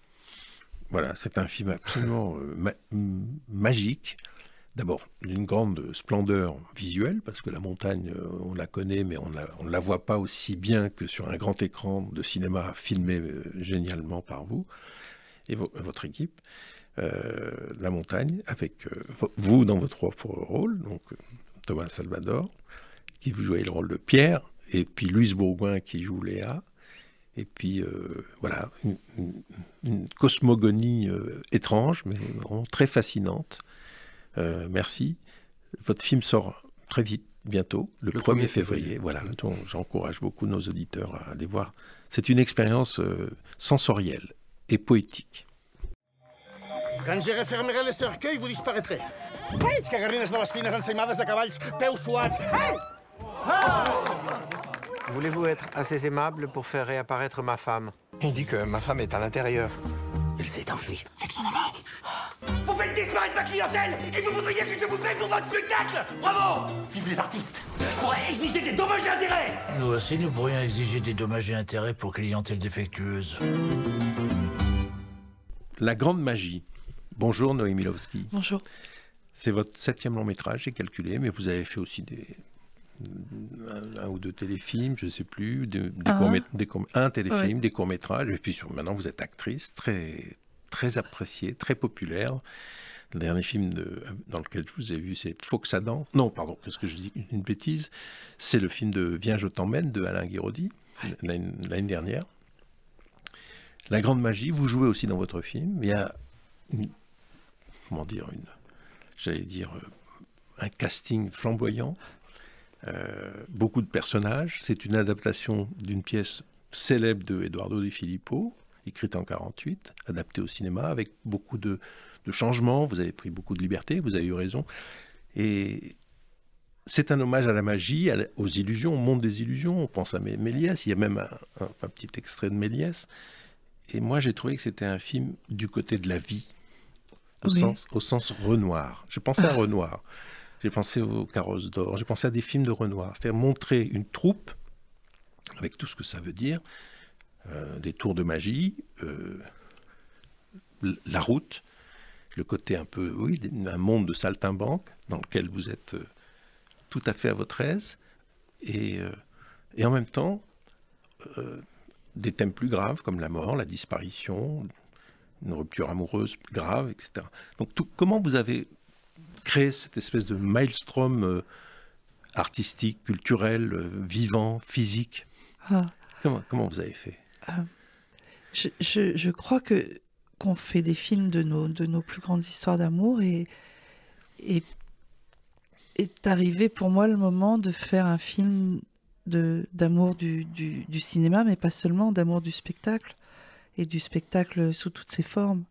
Speaker 1: Voilà, c'est un film absolument euh, ma- magique. D'abord, d'une grande splendeur visuelle, parce que la montagne, euh, on la connaît, mais on la, on ne la voit pas aussi bien que sur un grand écran de cinéma filmé euh, génialement par vous et vo- votre équipe. Euh, la montagne, avec euh, vous dans votre propre rôle, donc Thomas Salvador, qui vous jouez le rôle de Pierre, et puis Louise Bourgoin qui joue Léa, et puis euh, voilà, une, une, une cosmogonie euh, étrange, mais vraiment très fascinante. Euh, merci. Votre film sort très vite, bientôt, le, le premier février. février. Voilà, donc j'encourage beaucoup nos auditeurs à aller voir. C'est une expérience euh, sensorielle et poétique.
Speaker 13: Quand je refermerai le cercueil, vous disparaîtrez. Hey, cagarrines de les fines ensaïmades de cavalls, peus suats. Hey!
Speaker 14: Voulez-vous être assez aimable pour faire réapparaître ma femme? Il dit que ma femme est à l'intérieur.
Speaker 13: Il s'est enfui. Avec son ami. Vous faites disparaître ma clientèle et vous voudriez que je vous paie pour votre spectacle. Bravo! Vive les artistes. Je pourrais exiger des dommages et intérêts.
Speaker 15: Nous aussi, nous pourrions exiger des dommages et intérêts pour clientèle défectueuse.
Speaker 1: La grande magie. Bonjour Noémie Milowski.
Speaker 16: Bonjour.
Speaker 1: C'est votre septième long métrage, j'ai calculé, mais vous avez fait aussi des, un, un ou deux téléfilms, je ne sais plus, des, des ah. courts, des courts, un téléfilm, ouais. des courts-métrages, et puis sur, maintenant vous êtes actrice, très, très appréciée, très populaire. Le dernier film de, dans lequel je vous ai vu, c'est Faux que ça danse. Non, pardon, qu'est-ce que je dis? Une bêtise. C'est le film de Viens, je t'emmène de Alain Guiraudy, ouais. l'année, l'année dernière. La grande magie, vous jouez aussi dans votre film. Il y a une, comment dire, une, j'allais dire, un casting flamboyant, euh, beaucoup de personnages. C'est une adaptation d'une pièce célèbre de Eduardo De Filippo, écrite en quarante-huit, adaptée au cinéma, avec beaucoup de, de changements. Vous avez pris beaucoup de liberté, vous avez eu raison. Et c'est un hommage à la magie, à la, aux illusions, au monde des illusions. On pense à Méliès, il y a même un, un, un petit extrait de Méliès. Et moi, j'ai trouvé que c'était un film du côté de la vie, au, oui. sens, au sens Renoir. J'ai pensé à Renoir, j'ai pensé au Carrosse d'or, j'ai pensé à des films de Renoir. C'est-à-dire montrer une troupe, avec tout ce que ça veut dire, euh, des tours de magie, euh, la route, le côté un peu, oui, un monde de saltimbanque dans lequel vous êtes euh, tout à fait à votre aise, et, euh, et en même temps, euh, des thèmes plus graves comme la mort, la disparition, une rupture amoureuse grave, et cetera. Donc tout, comment vous avez créé cette espèce de maelstrom euh, artistique, culturel, euh, vivant, physique? ah. comment, comment vous avez fait?
Speaker 16: euh, je, je, je crois que qu'on fait des films de nos, de nos plus grandes histoires d'amour, et, et est arrivé pour moi le moment de faire un film de, d'amour du, du, du cinéma, mais pas seulement, d'amour du spectacle, et du spectacle sous toutes ses formes.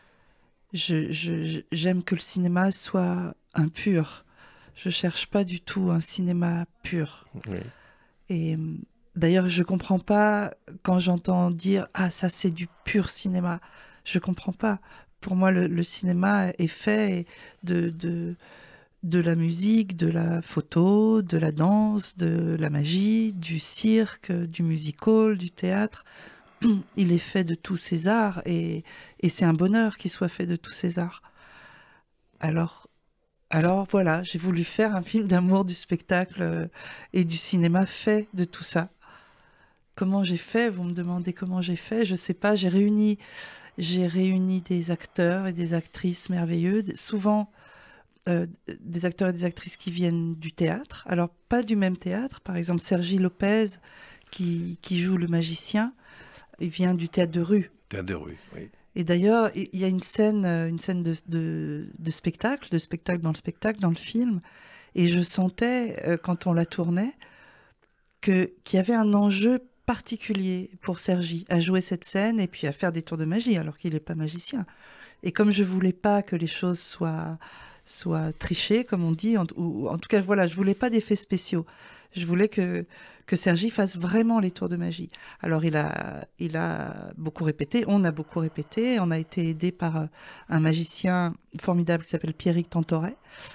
Speaker 16: Je, je, j'aime que le cinéma soit impur. Je cherche pas du tout un cinéma pur. Oui. Et d'ailleurs, je comprends pas quand j'entends dire « Ah, ça c'est du pur cinéma ». Je comprends pas. Pour moi, le, le cinéma est fait de... de de la musique, de la photo, de la danse, de la magie, du cirque, du musical, du théâtre. Il est fait de tous ces arts, et, et c'est un bonheur qu'il soit fait de tous ces arts. Alors, alors voilà, j'ai voulu faire un film d'amour du spectacle et du cinéma fait de tout ça. Comment j'ai fait? Vous me demandez comment j'ai fait? Je sais pas, j'ai réuni, j'ai réuni des acteurs et des actrices merveilleux, souvent... Euh, des acteurs et des actrices qui viennent du théâtre, alors pas du même théâtre. Par exemple, Sergi Lopez, qui, qui joue le magicien, il vient du théâtre de rue.
Speaker 1: Théâtre de rue, oui.
Speaker 16: Et d'ailleurs, il y a une scène, une scène de, de, de spectacle, de spectacle dans le spectacle, dans le film, et je sentais, euh, quand on la tournait, que, qu'il y avait un enjeu particulier pour Sergi à jouer cette scène et puis à faire des tours de magie, alors qu'il n'est pas magicien. Et comme je voulais pas que les choses soient... soit triché, comme on dit, en, ou en tout cas, voilà, je voulais pas d'effets spéciaux. Je voulais que, que Sergi fasse vraiment les tours de magie. Alors, il a, il a beaucoup répété, on a beaucoup répété, on a été aidé par un magicien formidable qui s'appelle Pierrick Tantoret.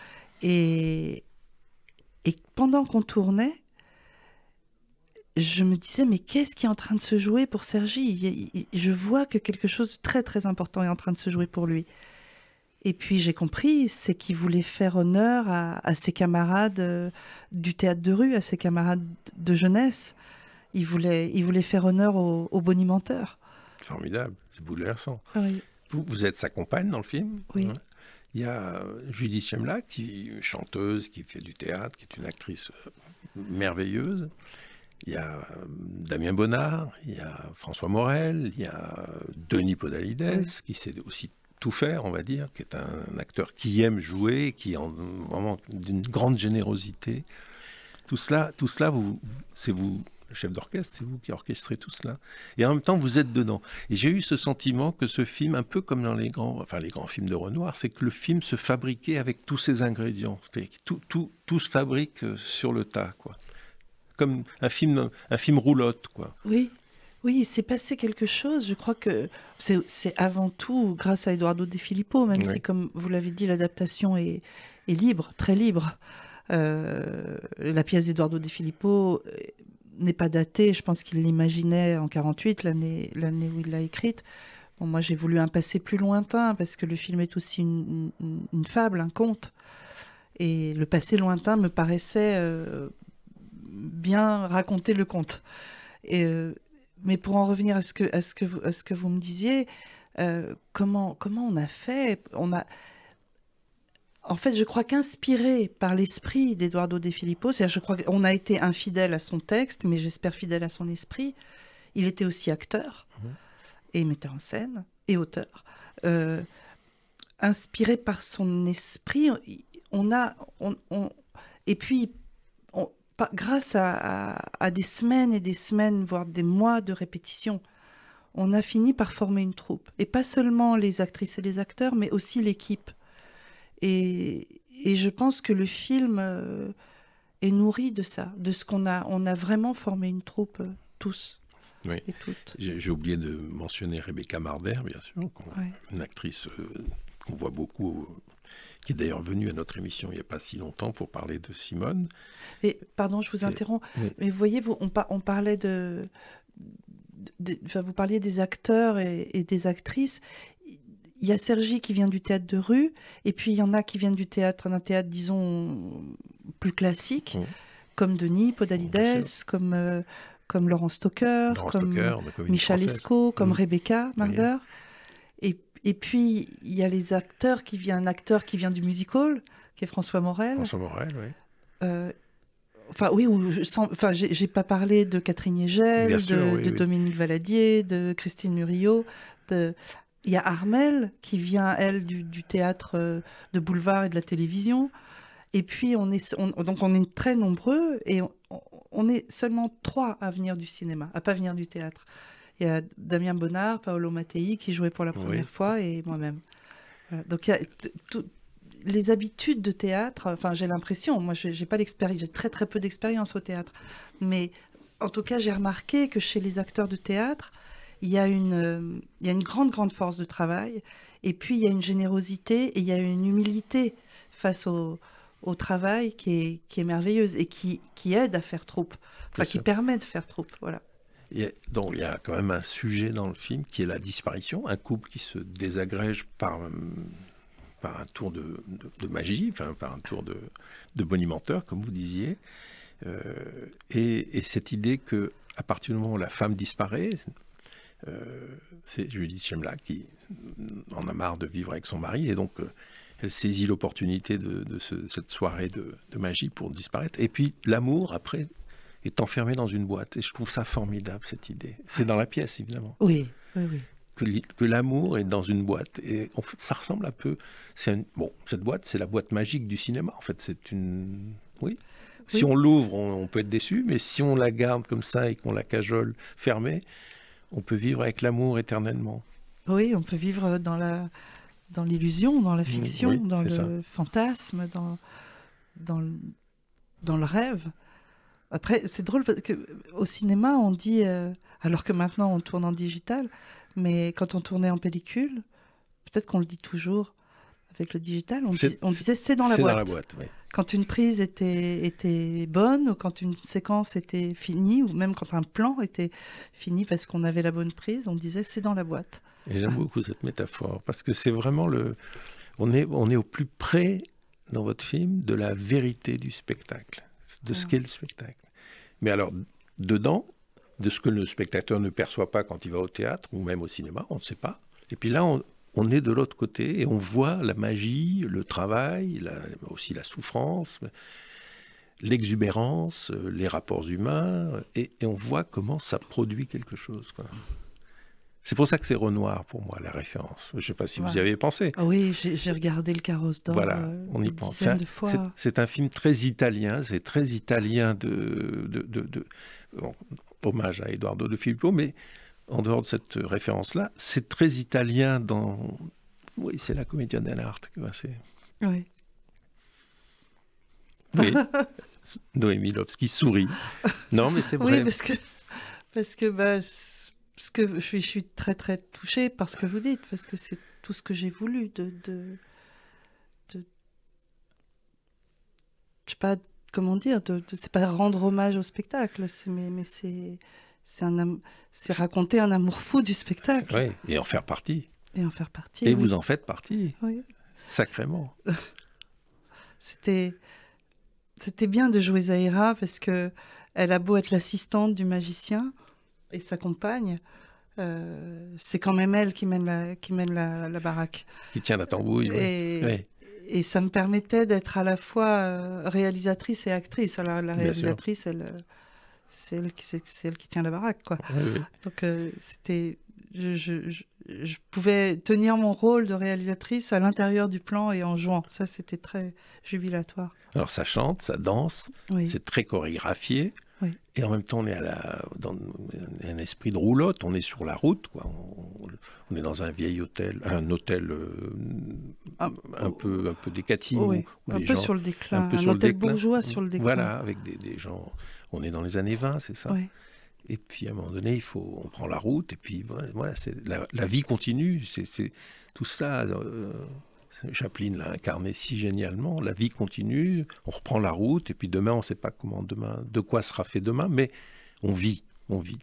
Speaker 16: Et, et pendant qu'on tournait, je me disais, mais qu'est-ce qui est en train de se jouer pour Sergi? Je vois que quelque chose de très, très important est en train de se jouer pour lui. Et puis j'ai compris, c'est qu'il voulait faire honneur à, à ses camarades euh, du théâtre de rue, à ses camarades de jeunesse. Il voulait, il voulait faire honneur au, au bonimenteur.
Speaker 1: Formidable, c'est bouleversant.
Speaker 16: Oui.
Speaker 1: Vous, vous êtes sa compagne dans le film?
Speaker 16: Oui.
Speaker 1: Hein? Il y a Judy Chemla, qui est chanteuse, qui fait du théâtre, qui est une actrice merveilleuse. Il y a Damien Bonnard, il y a François Morel, il y a Denis Podalides, oui. qui s'est aussi tout faire, on va dire, qui est un acteur qui aime jouer, qui est en, vraiment d'une grande générosité. Tout cela, tout cela vous, c'est vous, le chef d'orchestre, c'est vous qui orchestrez tout cela. Et en même temps, vous êtes dedans. Et j'ai eu ce sentiment que ce film, un peu comme dans les grands, enfin les grands films de Renoir, c'est que le film se fabriquait avec tous ses ingrédients. C'est-à-dire que tout, tout, tout se fabrique sur le tas, quoi. Comme un film, un film roulotte, quoi.
Speaker 16: Oui. Oui, il s'est passé quelque chose. Je crois que c'est, c'est avant tout grâce à Eduardo De Filippo, même oui. si, comme vous l'avez dit, l'adaptation est, est libre, très libre. Euh, la pièce d'Eduardo De Filippo n'est pas datée. Je pense qu'il l'imaginait en quarante-huit, l'année, l'année où il l'a écrite. Bon, moi, j'ai voulu un passé plus lointain, parce que le film est aussi une, une, une fable, un conte. Et le passé lointain me paraissait euh, bien raconter le conte. Et... Euh, Mais pour en revenir à ce que, à ce que, vous, à ce que vous me disiez, euh, comment, comment on a fait on a... En fait, je crois qu'inspiré par l'esprit d'Eduardo De Filippo, c'est-à-dire je crois qu'on a été infidèle à son texte, mais j'espère fidèle à son esprit. Il était aussi acteur, mmh. et metteur en scène, et auteur. Euh, inspiré par son esprit. On a, on, on, et puis, on, pas, grâce à, à, à des semaines et des semaines, voire des mois de répétition, on a fini par former une troupe. Et pas seulement les actrices et les acteurs, mais aussi l'équipe. Et, et je pense que le film euh, est nourri de ça, de ce qu'on a. On a vraiment formé une troupe, euh, tous.
Speaker 1: Oui. J'ai, j'ai oublié de mentionner Rebecca Marder, bien sûr, ouais. Une actrice euh, qu'on voit beaucoup, euh, qui est d'ailleurs venue à notre émission il n'y a pas si longtemps pour parler de Simone.
Speaker 16: Et, pardon, je vous interromps, oui. Mais vous voyez, vous, on, par, on parlait de, de, de... Enfin, vous parliez des acteurs et, et des actrices. Il y a Sergi qui vient du théâtre de rue, et puis il y en a qui viennent du théâtre, d'un théâtre, disons, plus classique, mmh. comme Denis Podalides, comme... Euh, comme Laurent Stocker,
Speaker 1: Laurent
Speaker 16: comme
Speaker 1: Stocker,
Speaker 16: Michal Esco, comme mmh. Rebecca Marder.
Speaker 1: Oui.
Speaker 16: Et, et puis, il y a les acteurs qui viennent, un acteur qui vient du musical, qui est François Morel.
Speaker 1: François Morel, oui.
Speaker 16: Euh, enfin, oui, ou je sens, enfin, j'ai, j'ai pas parlé de Catherine Hegel, de,
Speaker 1: sûr, oui,
Speaker 16: de
Speaker 1: oui.
Speaker 16: Dominique Valadier, de Christine Murillo. De... Il y a Armelle, qui vient, elle, du, du théâtre de boulevard et de la télévision. Et puis, on est, on, donc on est très nombreux et on, on est seulement trois à venir du cinéma, à pas venir du théâtre. Il y a Damien Bonnard, Paolo Mattei qui jouait pour la première oui. fois et moi-même. Voilà. Donc, il y a t- t- les habitudes de théâtre, enfin, j'ai l'impression, moi, j'ai, j'ai pas l'expérience, j'ai très très peu d'expérience au théâtre, mais en tout cas, j'ai remarqué que chez les acteurs de théâtre, il y a une, euh, il y a une grande grande force de travail et puis il y a une générosité et il y a une humilité face au au travail qui est, qui est merveilleuse et qui, qui aide à faire troupe, enfin qui permet de faire troupe, voilà.
Speaker 1: Il y a, donc il y a quand même un sujet dans le film qui est la disparition, un couple qui se désagrège par, par un tour de, de, de magie, enfin par un tour de, de bonimenteur, comme vous disiez, euh, et, et cette idée que à partir du moment où la femme disparaît, euh, c'est Judith Chemla qui en a marre de vivre avec son mari, et donc euh, elle saisit l'opportunité de, de ce, cette soirée de, de magie pour disparaître. Et puis l'amour, après, est enfermé dans une boîte. Et je trouve ça formidable, cette idée. C'est dans la pièce, évidemment.
Speaker 16: Oui, oui, oui.
Speaker 1: Que, que l'amour est dans une boîte. Et en fait, ça ressemble un peu... C'est une, bon, cette boîte, c'est la boîte magique du cinéma. En fait, c'est une... Oui. Si oui. on l'ouvre, on, on peut être déçu. Mais si on la garde comme ça et qu'on la cajole fermée, on peut vivre avec l'amour éternellement.
Speaker 16: Oui, on peut vivre dans la... dans l'illusion, dans la fiction, oui, dans le ça. fantasme, dans, dans, le, dans le rêve. Après, c'est drôle parce qu'au cinéma, on dit, euh, alors que maintenant on tourne en digital, mais quand on tournait en pellicule, peut-être qu'on le dit toujours avec le digital, on, dis, on disait c'est dans la
Speaker 1: c'est
Speaker 16: boîte.
Speaker 1: Dans la boîte oui.
Speaker 16: Quand une prise était, était bonne, ou quand une séquence était finie, ou même quand un plan était fini parce qu'on avait la bonne prise, on disait c'est dans la boîte.
Speaker 1: Et j'aime beaucoup cette métaphore, parce que c'est vraiment le... On est, on est au plus près, dans votre film, de la vérité du spectacle, de ce qu'est le spectacle. Mais alors, dedans, de ce que le spectateur ne perçoit pas quand il va au théâtre, ou même au cinéma, on ne sait pas. Et puis là, on, on est de l'autre côté, et on voit la magie, le travail, la, aussi la souffrance, l'exubérance, les rapports humains, et, et on voit comment ça produit quelque chose, quoi. C'est pour ça que c'est Renoir, pour moi, la référence. Je ne sais pas si ouais. vous y avez pensé.
Speaker 16: Ah oui, j'ai, j'ai regardé Le Carrosse d'or.
Speaker 1: Voilà,
Speaker 16: euh,
Speaker 1: on y pense. C'est un, de fois. C'est, c'est un film très italien, c'est très italien de... de, de, de bon, hommage à Eduardo de Filippo, mais en dehors de cette référence-là, c'est très italien dans... Oui, c'est la commedia dell'arte. C'est...
Speaker 16: Oui.
Speaker 1: Oui, Noémie Lovski sourit. Non, mais c'est vrai.
Speaker 16: Oui, parce que... Parce que bah, Parce que je suis, je suis très très touchée par ce que vous dites, parce que c'est tout ce que j'ai voulu de, de, de je sais pas comment dire, de, de, c'est pas rendre hommage au spectacle, c'est, mais, mais c'est, c'est, un, c'est raconter un amour fou du spectacle.
Speaker 1: Oui, et en faire partie.
Speaker 16: Et en faire partie.
Speaker 1: Et
Speaker 16: oui.
Speaker 1: vous en faites partie.
Speaker 16: Oui.
Speaker 1: Sacrément.
Speaker 16: C'était, c'était bien de jouer Zahira parce que elle a beau être l'assistante du magicien et sa compagne, euh, c'est quand même elle qui mène la, qui mène la, la baraque.
Speaker 1: Qui tient la tambouille.
Speaker 16: Et,
Speaker 1: oui.
Speaker 16: et ça me permettait d'être à la fois euh, réalisatrice et actrice. Alors la réalisatrice, elle, c'est, elle qui, c'est, c'est elle qui tient la baraque, quoi.
Speaker 1: Oui, oui.
Speaker 16: Donc euh, c'était, je, je, je, je pouvais tenir mon rôle de réalisatrice à l'intérieur du plan et en jouant. Ça, c'était très jubilatoire.
Speaker 1: Alors, ça chante, ça danse,
Speaker 16: oui.
Speaker 1: c'est très chorégraphié.
Speaker 16: Oui.
Speaker 1: Et en même temps, on est à la, dans un esprit de roulotte, on est sur la route, quoi. On, on est dans un vieil hôtel, un hôtel euh, un, un, peu, un peu décatine.
Speaker 16: Oui,
Speaker 1: où, où
Speaker 16: un
Speaker 1: les
Speaker 16: peu
Speaker 1: gens,
Speaker 16: sur le déclin,
Speaker 1: un, peu
Speaker 16: un
Speaker 1: sur
Speaker 16: hôtel
Speaker 1: le déclin.
Speaker 16: bourgeois sur le déclin.
Speaker 1: Voilà, avec des, des gens... On est dans les années vingt, c'est ça.
Speaker 16: Oui.
Speaker 1: Et puis, à un moment donné, il faut, on prend la route, et puis voilà, c'est, la, la vie continue, c'est, c'est tout ça... Euh, Chaplin l'a incarné si génialement. La vie continue, on reprend la route, et puis demain, on ne sait pas comment demain, de quoi sera fait demain, mais on vit, on vit.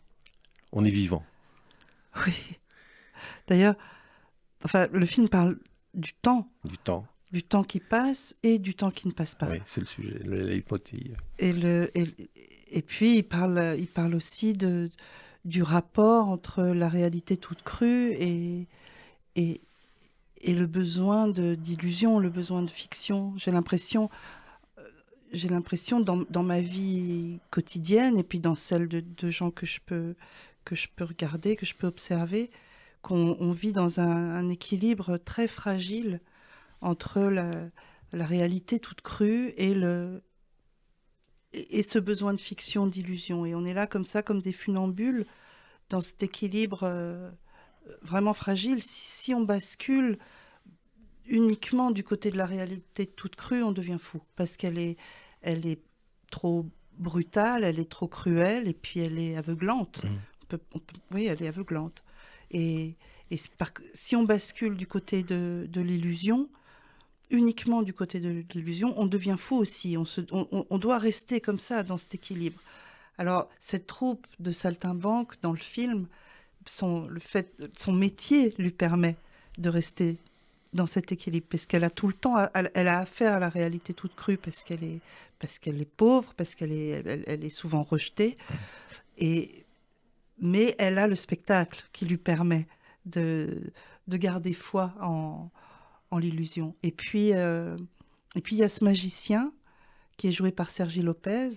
Speaker 1: On est vivant.
Speaker 16: Oui. D'ailleurs, enfin, le film parle du temps.
Speaker 1: Du temps.
Speaker 16: Du temps qui passe et du temps qui ne passe pas.
Speaker 1: Oui, c'est le sujet, le leitmotiv.
Speaker 16: Et, le, et, et puis, il parle, il parle aussi de, du rapport entre la réalité toute crue et... et et le besoin de, d'illusion, le besoin de fiction. J'ai l'impression, j'ai l'impression dans, dans ma vie quotidienne et puis dans celle de, de gens que je, peux, que je peux regarder, que je peux observer, qu'on on vit dans un, un équilibre très fragile entre la, la réalité toute crue et, le, et, et ce besoin de fiction, d'illusion. Et on est là comme ça, comme des funambules, dans cet équilibre... Euh, vraiment fragile. Si, si on bascule uniquement du côté de la réalité toute crue, on devient fou, parce qu'elle est, elle est trop brutale, elle est trop cruelle, et puis elle est aveuglante. Mmh. On peut, on peut, oui, elle est aveuglante. Et, et par, si on bascule du côté de, de l'illusion, uniquement du côté de l'illusion, on devient fou aussi. On, se, on, on doit rester comme ça, dans cet équilibre. Alors, cette troupe de saltimbanques dans le film, Son, le fait, son métier lui permet de rester dans cet équilibre, parce qu'elle a tout le temps, elle, elle a affaire à la réalité toute crue, parce qu'elle est, parce qu'elle est pauvre, parce qu'elle est, elle, elle est souvent rejetée, et, mais elle a le spectacle qui lui permet de, de garder foi en, en l'illusion. Et puis, euh, et puis il y a ce magicien qui est joué par Sergi Lopez,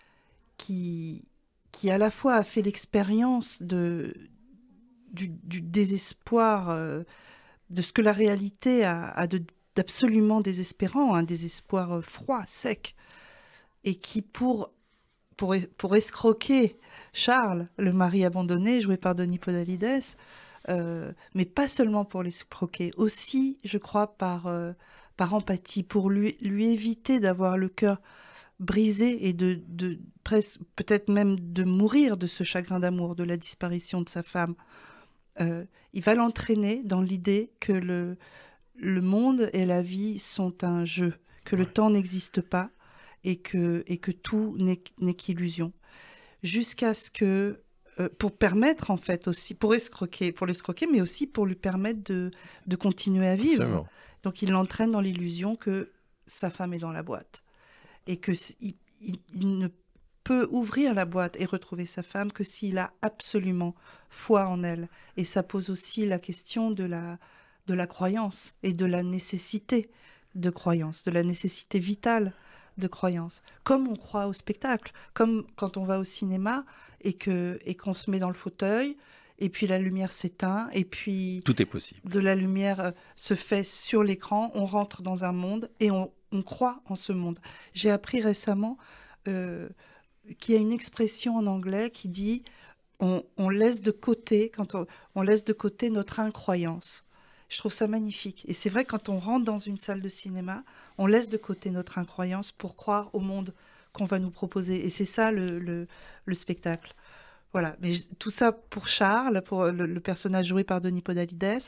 Speaker 16: qui, qui à la fois a fait l'expérience de Du, du désespoir, euh, de ce que la réalité a, a de, d'absolument désespérant, un désespoir euh, froid, sec, et qui, pour, pour, pour escroquer Charles, le mari abandonné, joué par Denis Podalides, euh, mais pas seulement pour l'escroquer, aussi, je crois, par, euh, par empathie, pour lui, lui éviter d'avoir le cœur brisé et de, de presque, peut-être même de mourir de ce chagrin d'amour, de la disparition de sa femme. Euh, il va l'entraîner dans l'idée que le, le monde et la vie sont un jeu, que le ouais. temps n'existe pas et que, et que tout n'est, n'est qu'illusion. Jusqu'à ce que, euh, pour permettre en fait aussi, pour escroquer, pour l'escroquer, mais aussi pour lui permettre de, de continuer à vivre. Absolument. Donc il l'entraîne dans l'illusion que sa femme est dans la boîte et que il, il, il ne peut ouvrir la boîte et retrouver sa femme que s'il a absolument foi en elle. Et ça pose aussi la question de la, de la croyance et de la nécessité de croyance, de la nécessité vitale de croyance. Comme on croit au spectacle, comme quand on va au cinéma et, que, et qu'on se met dans le fauteuil et puis la lumière s'éteint et puis...
Speaker 1: Tout est possible.
Speaker 16: De la lumière se fait sur l'écran, on rentre dans un monde et on, on croit en ce monde. J'ai appris récemment... Euh, qu'il y a une expression en anglais qui dit on, on laisse de côté quand on, on laisse de côté notre incroyance. Je trouve ça magnifique. Et c'est vrai, quand on rentre dans une salle de cinéma, on laisse de côté notre incroyance pour croire au monde qu'on va nous proposer. Et c'est ça le, le, le spectacle. Voilà. Mais tout ça pour Charles, pour le, le personnage joué par Denis Podalides,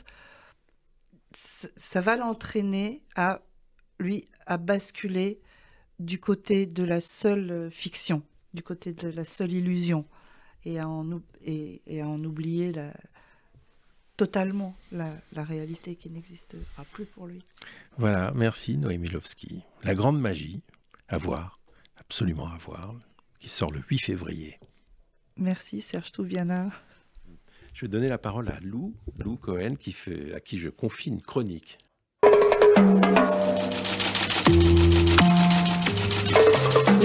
Speaker 16: ça va l'entraîner à lui à basculer du côté de la seule fiction, du côté de la seule illusion, et à en, et, et à en oublier la, totalement la, la réalité qui n'existera plus pour lui.
Speaker 1: Voilà, merci Noémie Lovski. La grande magie, à voir, absolument à voir, qui sort le huit février.
Speaker 16: Merci Serge Touviana.
Speaker 1: Je vais donner la parole à Lou, Lou Cohen, qui fait, à qui je confie une chronique.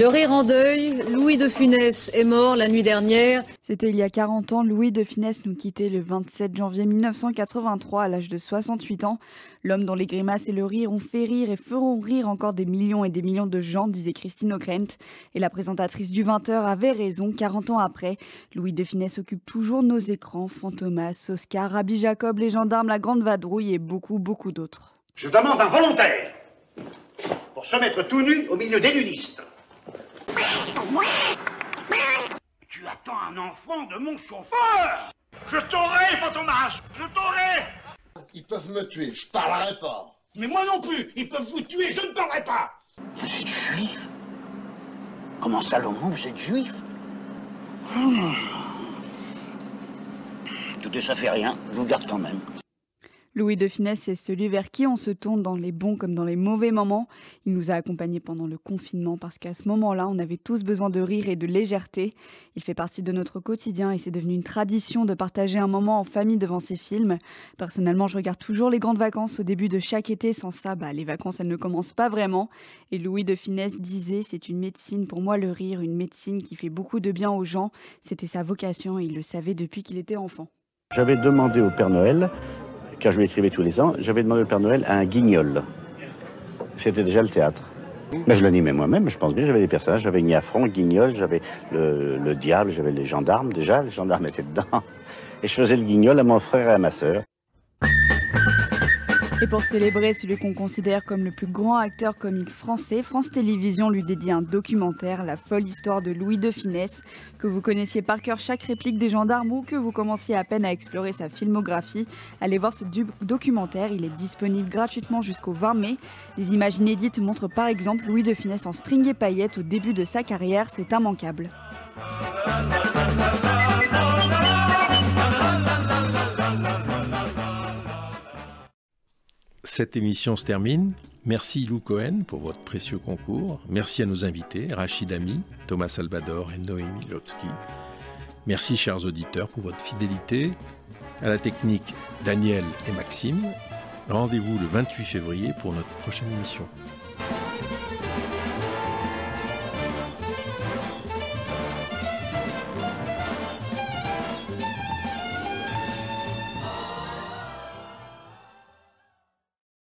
Speaker 17: Le rire en deuil, Louis de Funès est mort la nuit dernière.
Speaker 18: C'était il y a quarante ans, Louis de Funès nous quittait le vingt-sept janvier mille neuf cent quatre-vingt-trois à l'âge de soixante-huit ans. L'homme dont les grimaces et le rire ont fait rire et feront rire encore des millions et des millions de gens, disait Christine O'Krent. Et la présentatrice du vingt heures avait raison, quarante ans après, Louis de Funès occupe toujours nos écrans, Fantomas, Oscar, Rabbi Jacob, Les Gendarmes, La Grande Vadrouille et beaucoup, beaucoup d'autres.
Speaker 19: Je demande un volontaire pour se mettre tout nu au milieu des nudistes. Tu attends un enfant de mon chauffeur. Je t'aurai, Fantomas, je t'aurai.
Speaker 20: Ils peuvent me tuer, je parlerai pas.
Speaker 19: Mais moi non plus, ils peuvent vous tuer, je ne parlerai pas.
Speaker 20: Vous êtes juif? Comment Salomon, vous êtes juif? hmm. Écoutez, ça fait rien, je vous garde quand même.
Speaker 18: Louis de Funès, c'est celui vers qui on se tourne dans les bons comme dans les mauvais moments. Il nous a accompagnés pendant le confinement parce qu'à ce moment-là, on avait tous besoin de rire et de légèreté. Il fait partie de notre quotidien et c'est devenu une tradition de partager un moment en famille devant ses films. Personnellement, je regarde toujours les grandes vacances au début de chaque été. Sans ça, bah, les vacances, elles ne commencent pas vraiment. Et Louis de Funès disait, c'est une médecine, pour moi le rire, une médecine qui fait beaucoup de bien aux gens. C'était sa vocation et il le savait depuis qu'il était enfant.
Speaker 21: J'avais demandé au Père Noël, car je lui écrivais tous les ans, j'avais demandé au Père Noël un guignol. C'était déjà le théâtre. Mais je l'animais moi-même, je pense bien, j'avais des personnages, j'avais Niafron, Guignol, j'avais le, le diable, j'avais les gendarmes déjà, les gendarmes étaient dedans. Et je faisais le guignol à mon frère et à ma sœur.
Speaker 18: Et pour célébrer celui qu'on considère comme le plus grand acteur comique français, France Télévisions lui dédie un documentaire, La folle histoire de Louis de Funès. Que vous connaissiez par cœur chaque réplique des gendarmes ou que vous commenciez à peine à explorer sa filmographie, allez voir ce documentaire, il est disponible gratuitement jusqu'au vingt mai. Des images inédites montrent par exemple Louis de Funès en string et paillettes au début de sa carrière, c'est immanquable.
Speaker 1: Cette émission se termine. Merci Lou Cohen pour votre précieux concours. Merci à nos invités, Rachid Ami, Thomas Salvador et Noémie Lotsky. Merci chers auditeurs pour votre fidélité. À la technique, Daniel et Maxime. Rendez-vous le vingt-huit février pour notre prochaine émission.